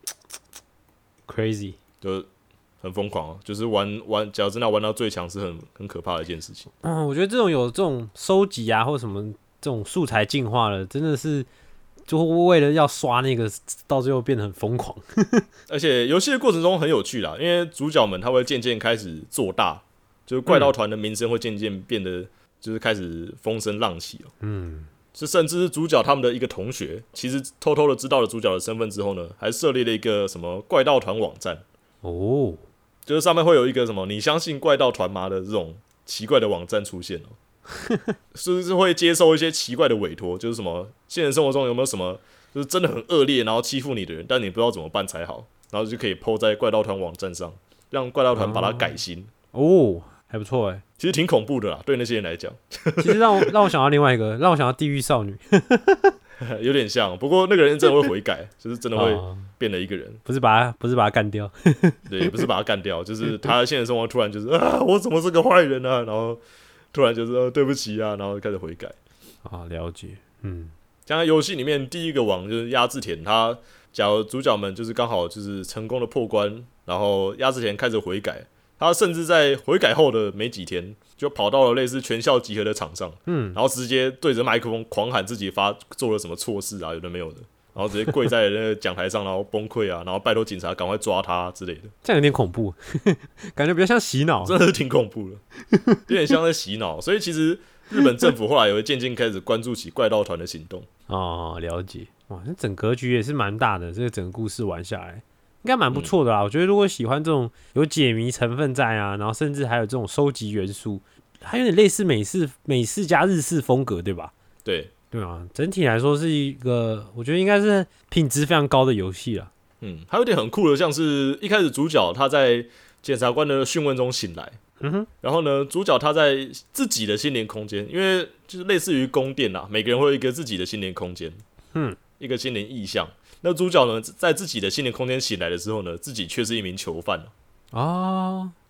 ，crazy 就很疯狂啊！就是玩，假如真的玩到最强是很可怕的一件事情。 我觉得有这种收集啊，或什么这种素材进化了，真的是就为了要刷那个，到最后变得很疯狂。 而且游戏的过程中很有趣啦，因为主角们他会渐渐开始做大，就是怪盗团的名声会渐渐变得就是开始风声浪起哦。是甚至是主角他们的一个同学，其实偷偷的知道了主角的身份之后呢，还设立了一个什么怪盗团网站哦，就是上面会有一个什么你相信怪盗团吗的这种奇怪的网站出现哦，是不是会接受一些奇怪的委托？就是什么现实生活中有没有什么就是真的很恶劣，然后欺负你的人，但你不知道怎么办才好，然后就可以 po 在怪盗团网站上，让怪盗团把它改新哦，还不错哎。 其实挺恐怖的啦，对那些人来讲。 其实让我想到另外一个，让我想到地狱少女， 有点像。不过那个人真的会悔改，就是真的会变了一个人， 不是把他干掉， 对，不是把他干掉，就是他现实生活突然就是我怎么是个坏人啊？然后突然就是对不起啊，然后开始悔改。 了解， 像游戏里面第一个王就是鸭志田，他假如主角们就是刚好就是成功的破关，然后鸭志田开始悔改。他甚至在悔改后的没几天，就跑到了类似全校集合的场上，然后直接对着麦克风狂喊自己做了什么错事啊，有的没有的，然后直接跪在那个讲台上，然后崩溃啊，然后拜托警察赶快抓他之类的。 这样有点恐怖，感觉比较像洗脑， 真的是挺恐怖的，有点像在洗脑。所以其实日本政府后来也会渐渐开始关注起怪盗团的行动。 了解。哇，那整格局也是蛮大的，这个整个故事玩下来。应该蛮不错的啦，我觉得如果喜欢这种有解谜成分在啊，然后甚至还有这种收集元素，还有点类似美式加日式风格，对吧？ 对啊，整体来说是一个我觉得应该是品质非常高的游戏啦。 还有点很酷的，像是一开始主角他在检察官的讯问中醒来，然后呢，主角他在自己的心灵空间，因为就是类似于宫殿啦，每个人会有一个自己的心灵空间，一个心灵意象。那主角呢，在自己的心灵空间醒来的时候呢，自己却是一名囚犯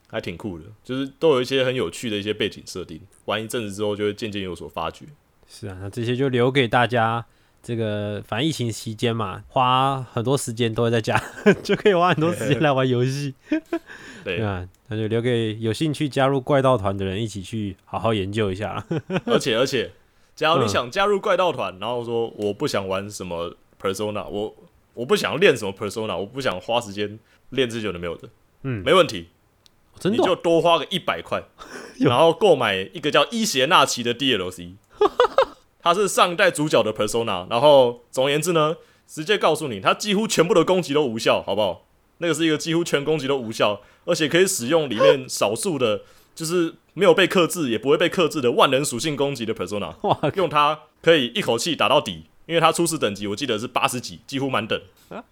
还挺酷的，就是都有一些很有趣的一些背景设定，玩一阵子之后就会渐渐有所发掘。 是啊，那这些就留给大家。这个反正疫情期间嘛，花很多时间都会在家，就可以花很多时间来玩游戏。 对啊，那就留给有兴趣加入怪盗团的人一起去好好研究一下啦。 而且，假如你想加入怪盗团，然后说我不想玩什么 Persona， 我不想练什么 Persona， 我不想花时间练这有的没有的，没问题， 真的哦， 你就多花个100块，然后购买一个叫伊邪那岐的 DLC。他是上一代主角的 Persona， 然后总而言之呢，直接告诉你，他几乎全部的攻击都无效，好不好？那个是一个几乎全攻击都无效，而且可以使用里面少数的，就是没有被克制也不会被克制的万能属性攻击的 Persona， 用它可以一口气打到底，因为它初始等级我记得是80几，几乎满等。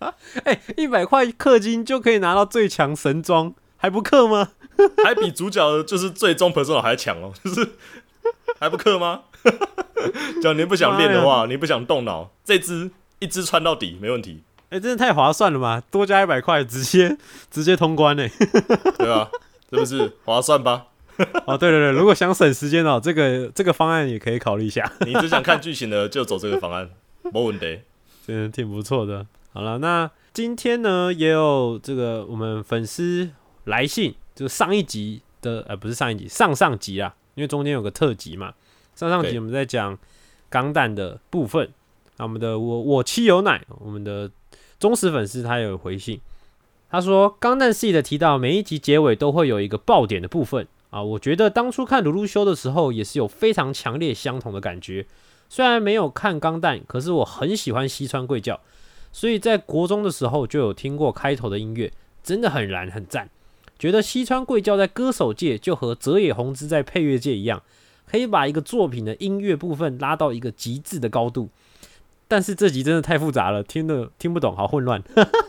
100块氪金就可以拿到最强神装，还不氪吗？ 还比主角就是最终 Persona 还强哦，就是还不氪吗？假如你不想练的话，你不想动脑，这支一支穿到底没问题。 真的太划算了嘛！多加100块，直接通关呢， 对吧？是不是划算吧？ 哦，对，如果想省时间哦，这个方案也可以考虑一下。 你只想看剧情的，就走这个方案，没问题。 真的挺不错的。好了，那今天呢也有这个我们粉丝来信，就是上一集的不是上一集，上集啦，因为中间有个特辑嘛。上集我们在讲钢弹的部分，那我们的我妻有奶，我们的忠实粉丝他有回信，他说钢弹系的提到每一集结尾都会有一个爆点的部分啊，我觉得当初看鲁鲁修的时候也是有非常强烈相同的感觉。虽然没有看钢弹，可是我很喜欢西川贵教，所以在国中的时候就有听过开头的音乐，真的很燃很赞。觉得西川贵教在歌手界就和泽野弘之在配乐界一样，可以把一个作品的音乐部分拉到一个极致的高度。但是这集真的太复杂了，听不懂，好混乱。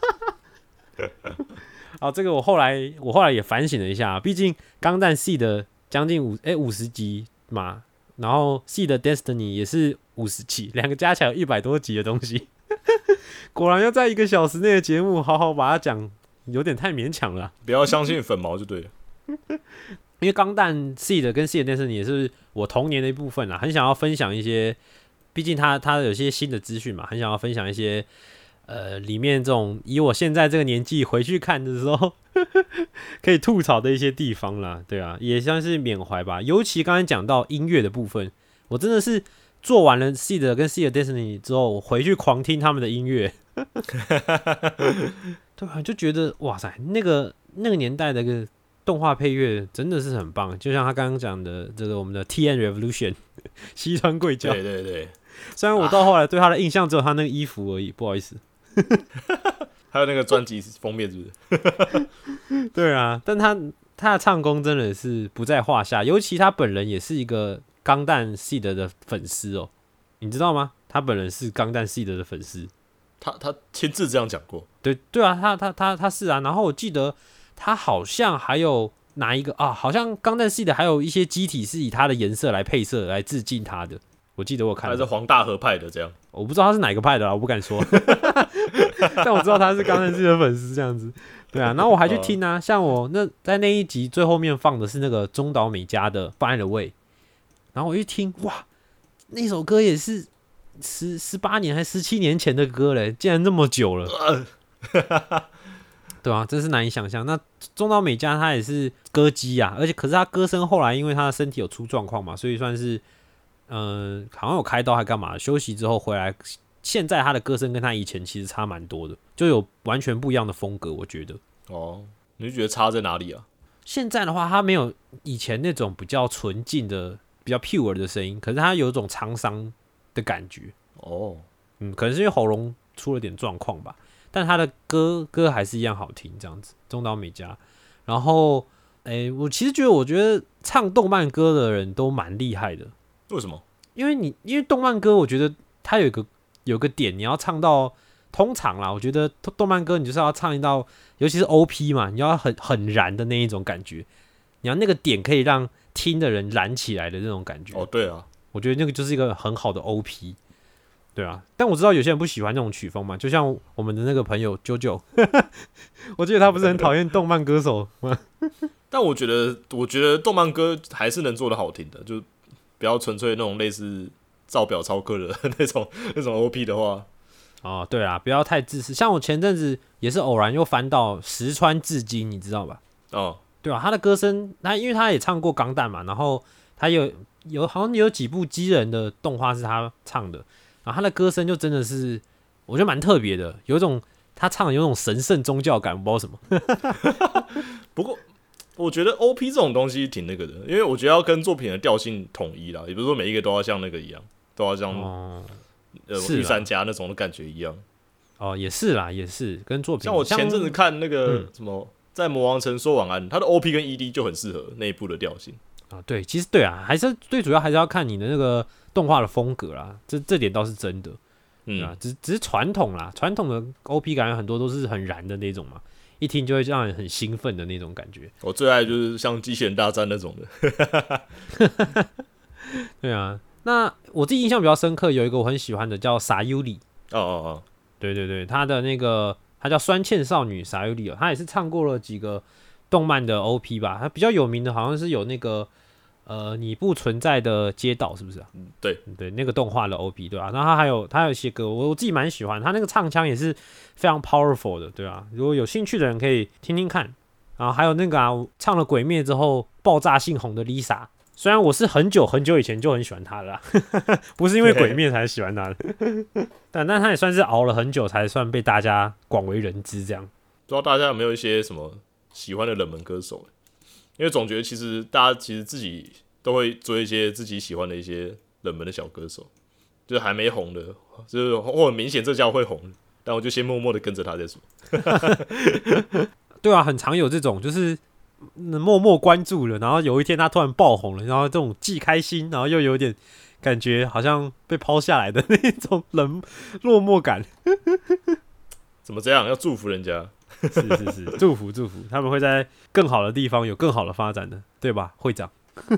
好，这个我后来也反省了一下，毕竟钢弹系的将近50集嘛，然后系的 Destiny 也是50集，两个加起来有100多集的东西。果然要在1个小时内的节目好好把它讲，有点太勉强了啊。 不要相信粉毛就对了。 因为钢弹系的跟系的 Destiny 也是我童年的一部分啦，很想要分享一些，毕竟它有些新的资讯嘛，很想要分享一些里面这种以我现在这个年纪回去看的时候可以吐槽的一些地方啦，对啊，也像是缅怀吧。尤其刚才讲到音乐的部分，我真的是做完了 Seed 跟 Seed Destiny 之后，我回去狂听他们的音乐，对啊，就觉得哇塞，那个年代的个动画配乐真的是很棒，就像他刚刚讲的这个我们的 TN Revolution 西川贵教， 对， 虽然我到后来对他的印象只有他那个衣服而已，不好意思。 还有那个专辑封面是不是？ 对啊，但他的唱功真的是不在话下，尤其他本人也是一个钢弹系的粉丝哦，你知道吗？他本人是钢弹系的粉丝， 他亲自这样讲过。 对啊，他是啊，然后我记得他好像还有哪一个啊，好像钢弹系的还有一些机体是以他的颜色来配色来致敬他的，我记得我看还是黄大河派的这样， 我不知道他是哪个派的啦，我不敢说，但我知道他是钢弹系的粉丝这样子。对啊，然后我还去听啊，像我在那一集最后面放的是那个中岛美嘉的《Find a Way》，然后我一听，哇，那首歌也是18年还17年前的歌嘞，竟然这么久了，对啊，真是难以想象。那中岛美嘉她也是歌姬啊，而且可是她歌声后来因为她的身体有出状况嘛，所以算是好像有开刀还干嘛，休息之后回来。现在他的歌声跟他以前其实差蛮多的，就有完全不一样的风格，我觉得。 哦，你觉得差在哪里啊？ 现在的话，他没有以前那种比较纯净的、比较 pure 的声音，可是他有一种沧桑的感觉。 哦， 可能是因为喉咙出了点状况吧，但他的歌还是一样好听，这样子。中岛美嘉，然后，我其实我觉得唱动漫歌的人都蛮厉害的。 为什么？ 因为动漫歌，我觉得它有个点，你要唱到，通常啦，我觉得动漫歌你就是要唱到，尤其是 OP 嘛，你要很燃的那一种感觉，你要那个点可以让听的人燃起来的那种感觉。 哦，对啊， 我觉得那个就是一个很好的 OP， 对啊。但我知道有些人不喜欢那种曲风嘛，就像我们的那个朋友啾啾，我记得他不是很讨厌动漫歌手吗？ 但我觉得动漫歌还是能做的好听的，就不要纯粹那种类似照表操课的那种 OP 的话。 哦，对啊，不要太自私。像我前阵子也是偶然又翻到石川智金，你知道吧？ 哦， 对啊，他的歌声，因为他也唱过《钢弹》嘛，然后他好像有几部机人的动画是他唱的，然后他的歌声就真的是我觉得蛮特别的，有一种他唱的有种神圣宗教感，我不知道什么。 不过我觉得 OP 这种东西挺那个的，因为我觉得要跟作品的调性统一啦，也不是说每一个都要像那个一样，都要像御三家那种的感觉一样。 哦，也是啦，也是跟作品。 像我前阵子看那个什么，在魔王城说晚安，他的 OP 跟 ED 就很适合那一部的调性。 啊，对，其实对啊，还是最主要还是要看你的那个动画的风格啦，这点倒是真的。对啊，只是传统啦，传统的 OP 感觉很多都是很燃的那种嘛，一听就会让人很兴奋的那种感觉。 我最爱就是像机器人大战那种的。 对啊，那我自己印象比较深刻，有一个我很喜欢的叫傻优里。 哦， 对对对，他的那个他叫酸欠少女傻优里，他也是唱过了几个动漫的 OP 吧，他比较有名的好像是有那个你不存在的街道，是不是啊？ 对对，那个动画的 OP 对吧？然后他有一些歌，我自己蛮喜欢，他那个唱腔也是非常 powerful 的，对吧？如果有兴趣的人可以听听看。然后还有那个唱了《鬼灭》之后爆炸性红的 Lisa， 虽然我是很久很久以前就很喜欢她了啦，不是因为《鬼灭》才喜欢她的，但她也算是熬了很久才算被大家广为人知这样。 不知道大家有没有一些什么喜欢的冷门歌手？因为总觉得其实大家其实自己都会追一些自己喜欢的一些冷门的小歌手，就是还没红的，就是或很明显这家伙会红，但我就先默默的跟着他再说。 对啊，很常有这种，就是默默关注了，然后有一天他突然爆红了，然后这种既开心，然后又有点感觉好像被抛下来的那种落寞感。 怎么这样？要祝福人家？ 是，祝福，他们会在更好的地方有更好的发展的，对吧，会长？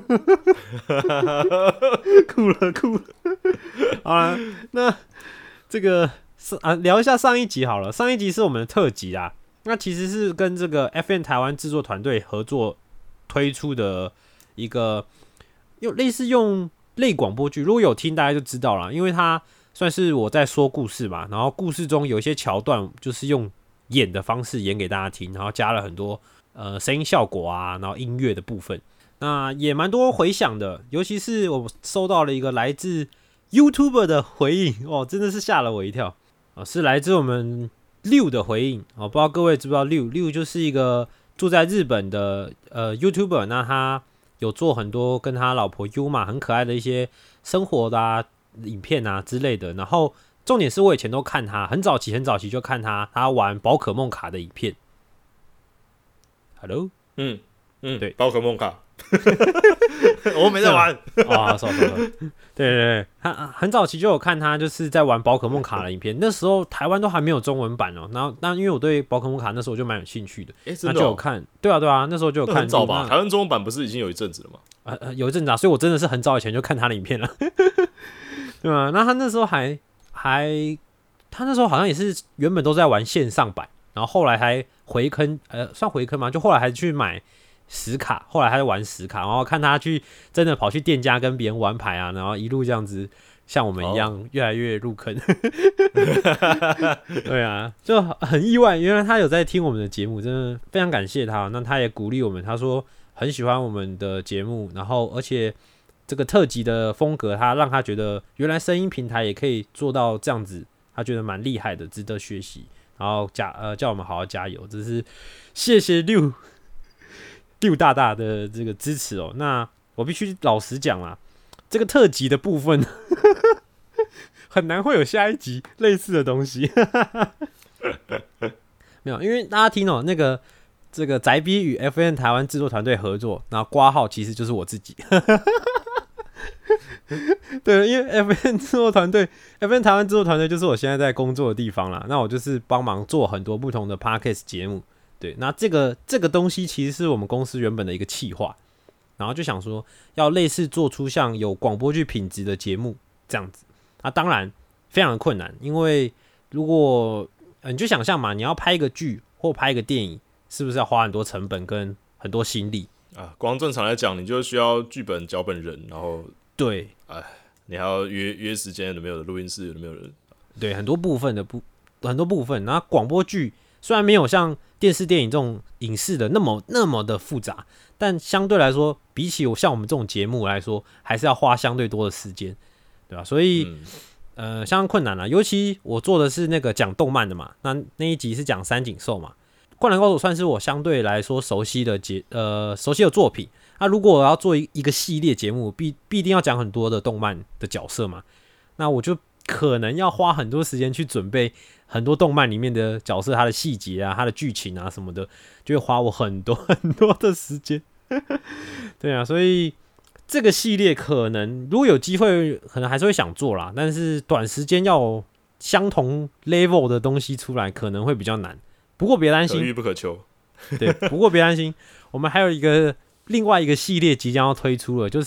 哭了。好了，那这个聊一下上一集好了，上一集是我们的特辑啊。那其实是跟这个 FN 台湾制作团队合作推出的一个类似用类广播剧，如果有听大家就知道了，因为它算是我在说故事嘛，然后故事中有一些桥段就是用演的方式演给大家听，然后加了很多声音效果啊，然后音乐的部分，那也蛮多回响的，尤其是我收到了一个来自 YouTuber 的回应，哦，真的是吓了我一跳，是来自我们六的回应，不知道各位知不知道六就是一个住在日本的YouTuber， 那他有做很多跟他老婆 Yuma 很可爱的一些生活的影片啊之类的，然后重点是我以前都看他很早期就看他玩宝可梦卡的影片。Hello， 对， 宝可梦卡。我没在玩啊，算了，对，他很早期就有看他就是在玩宝可梦卡的影片，那时候台湾都还没有中文版哦。然后那因为我对宝可梦卡那时候就蛮有兴趣的， 真的那就有看，对啊，那时候就有看。 很早吧？台湾中文版不是已经有一阵子了吗？ 有一阵子啊，所以我真的是很早以前就看他的影片了，对吧？那他那时候他那时候好像也是原本都在玩线上版，然后后来还回坑，算回坑吗？就后来还去买实卡，后来他就玩实卡，然后看他去真的跑去店家跟别人玩牌啊，然后一路这样子像我们一样越来越入坑。对啊，就很意外，原来他有在听我们的节目，真的非常感谢他。那他也鼓励我们，他说很喜欢我们的节目，然后而且这个特辑的风格，他让他觉得原来声音平台也可以做到这样子，他觉得蛮厉害的，值得学习。然后叫我们好好加油，真是谢谢六大大的这个支持哦。那我必须老实讲啦，这个特辑的部分很难会有下一集类似的东西。没有，因为大家听哦，这个宅逼与 FN 台湾制作团队合作，然后挂号其实就是我自己。对，因为 FN 台湾制作团队就是我现在在工作的地方啦。那我就是帮忙做很多不同的 Podcast 节目。对，那这个东西其实是我们公司原本的一个企划，然后就想说要类似做出像有广播剧品质的节目这样子。当然非常的困难，因为如果你就想象嘛，你要拍一个剧或拍一个电影，是不是要花很多成本跟很多心力啊。光正常来讲，你就需要剧本、脚本人，然后对， 你还要约时间，有没有的录音室，有没有人？ 对，很多部分。然后广播剧虽然没有像电视、电影这种影视的那么的复杂，但相对来说，比起像我们这种节目来说，还是要花相对多的时间，对吧？所以相当困难啦。尤其我做的是那个讲动漫的嘛，那一集是讲三井寿嘛，《灌篮高手》算是我相对来说熟悉的作品。那如果我要做一个系列节目，必定要讲很多的动漫的角色嘛，那我就可能要花很多时间去准备很多动漫里面的角色，他的细节啊，他的剧情啊什么的，就会花我很多的时间。对啊，所以这个系列可能如果有机会，可能还是会想做啦，但是短时间要有相同 level 的东西出来，可能会比较难。不过别担心， 可遇不可求。 对，不过别担心，我们还有另外一个系列即将要推出了，就是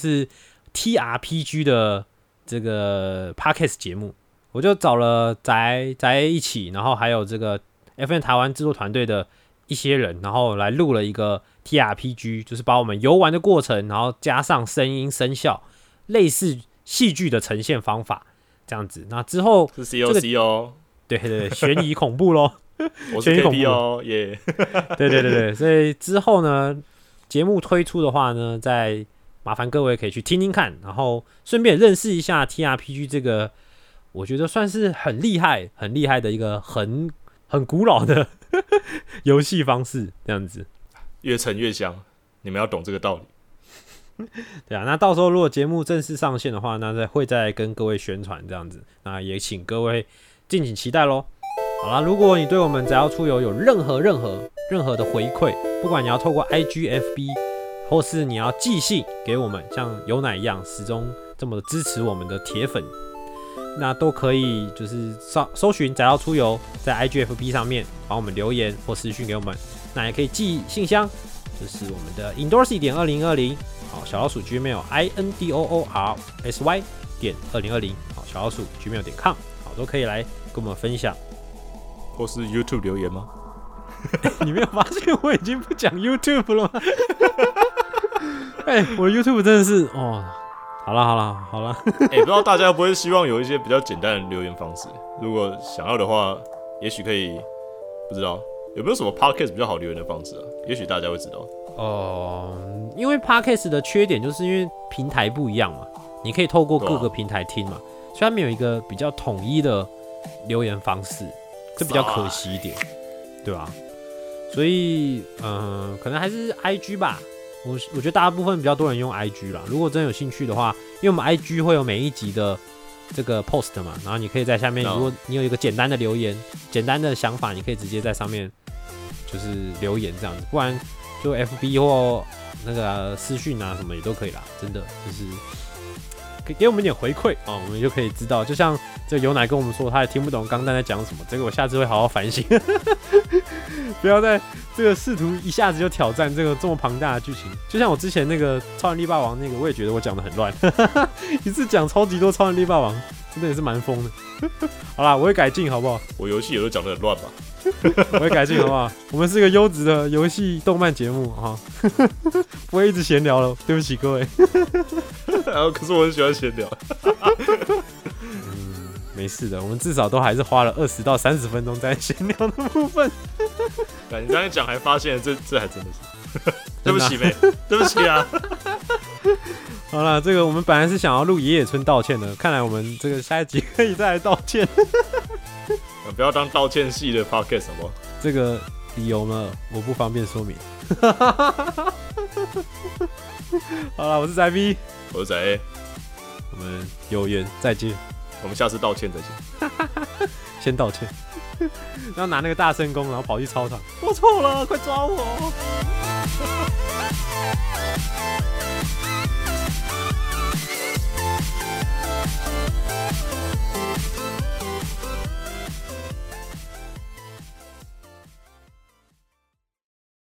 TRPG 的这个 Podcast 节目，我就找了宅一起，然后还有这个 FN 台湾制作团队的一些人，然后来录了一个 TRPG， 就是把我们游玩的过程，然后加上声音声效，类似戏剧的呈现方法，这样子。那之后是 COC 哦， 对，悬疑恐怖咯。 我是 KP 哦，耶、 yeah ！对，所以之后呢，节目推出的话呢，再麻烦各位可以去听听看，然后顺便认识一下 TRPG 这个，我觉得算是很厉害的一个很古老的游戏方式，这样子。 越陈越香，你们要懂这个道理。 对啊，那到时候如果节目正式上线的话，那会再跟各位宣传这样子，那也请各位敬请期待咯。好啦，如果你对我们宅要出游有任何的回馈，不管你要透过 IG、FB， 或是你要寄信给我们，像有奶一样始终这么支持我们的铁粉，那都可以就是搜寻宅要出游，在 IG、FB 上面帮我们留言或私讯给我们，那也可以寄信箱，就是我们的 indorsy.2020 好小老鼠 Gmail indoorsy.2020 好小老鼠 Gmail.com 好都可以来跟我们分享。 或是 YouTube 留言吗？ 你没有发现我已经不讲 YouTube 了吗？我 YouTube 真的是哦，好了。 不知道大家会不会希望有一些比较简单的留言方式？如果想要的话，也许可以，不知道有没有什么 Podcast 比较好留言的方式啊？也许大家会知道。 因为 Podcast 的缺点就是因为平台不一样嘛，你可以透过各个平台听嘛，所以它没有一个比较统一的留言方式。这比较可惜一点，对吧？所以，可能还是 IG 吧。我觉得大部分比较多人用 IG 啦。如果真有兴趣的话，因为我们 IG 会有每一集的这个 post 嘛，然后你可以在下面，如果你有一个简单的留言、简单的想法，你可以直接在上面就是留言这样子。不然就 FB 或那个私讯啊什么也都可以啦。真的就是给我们一点回馈啊，我们就可以知道。就像这有奶跟我们说，他也听不懂钢弹在讲什么，这个我下次会好好反省，不要在这个试图一下子就挑战这么庞大的剧情。就像我之前那个超人力霸王那个，我也觉得我讲的很乱，一次讲超级多超人力霸王，真的也是蛮疯的。好啦，我会改进，好不好？ 我游戏也都讲得很乱吧。 我会改进，好不好？我们是一个优质的游戏动漫节目哈，不会一直闲聊了，对不起各位。 可是我很喜欢闲聊。 没事的，我们至少都还是花了20到30分钟在闲聊的部分。 你这样讲还发现这还真的是，对不起妹，对不起啊。 好了，这个我们本来是想要录野野村道歉的，看来我们这个下一集可以再来道歉。 不要当道歉系的 podcast 好不好？ 这个理由呢，我不方便说明。好了，我是宅 B， 我是宅 A， 我们有缘再见。 我们下次道歉再见。 先道歉，然后拿那个大圣功，然后跑去操场。我错了，快抓我！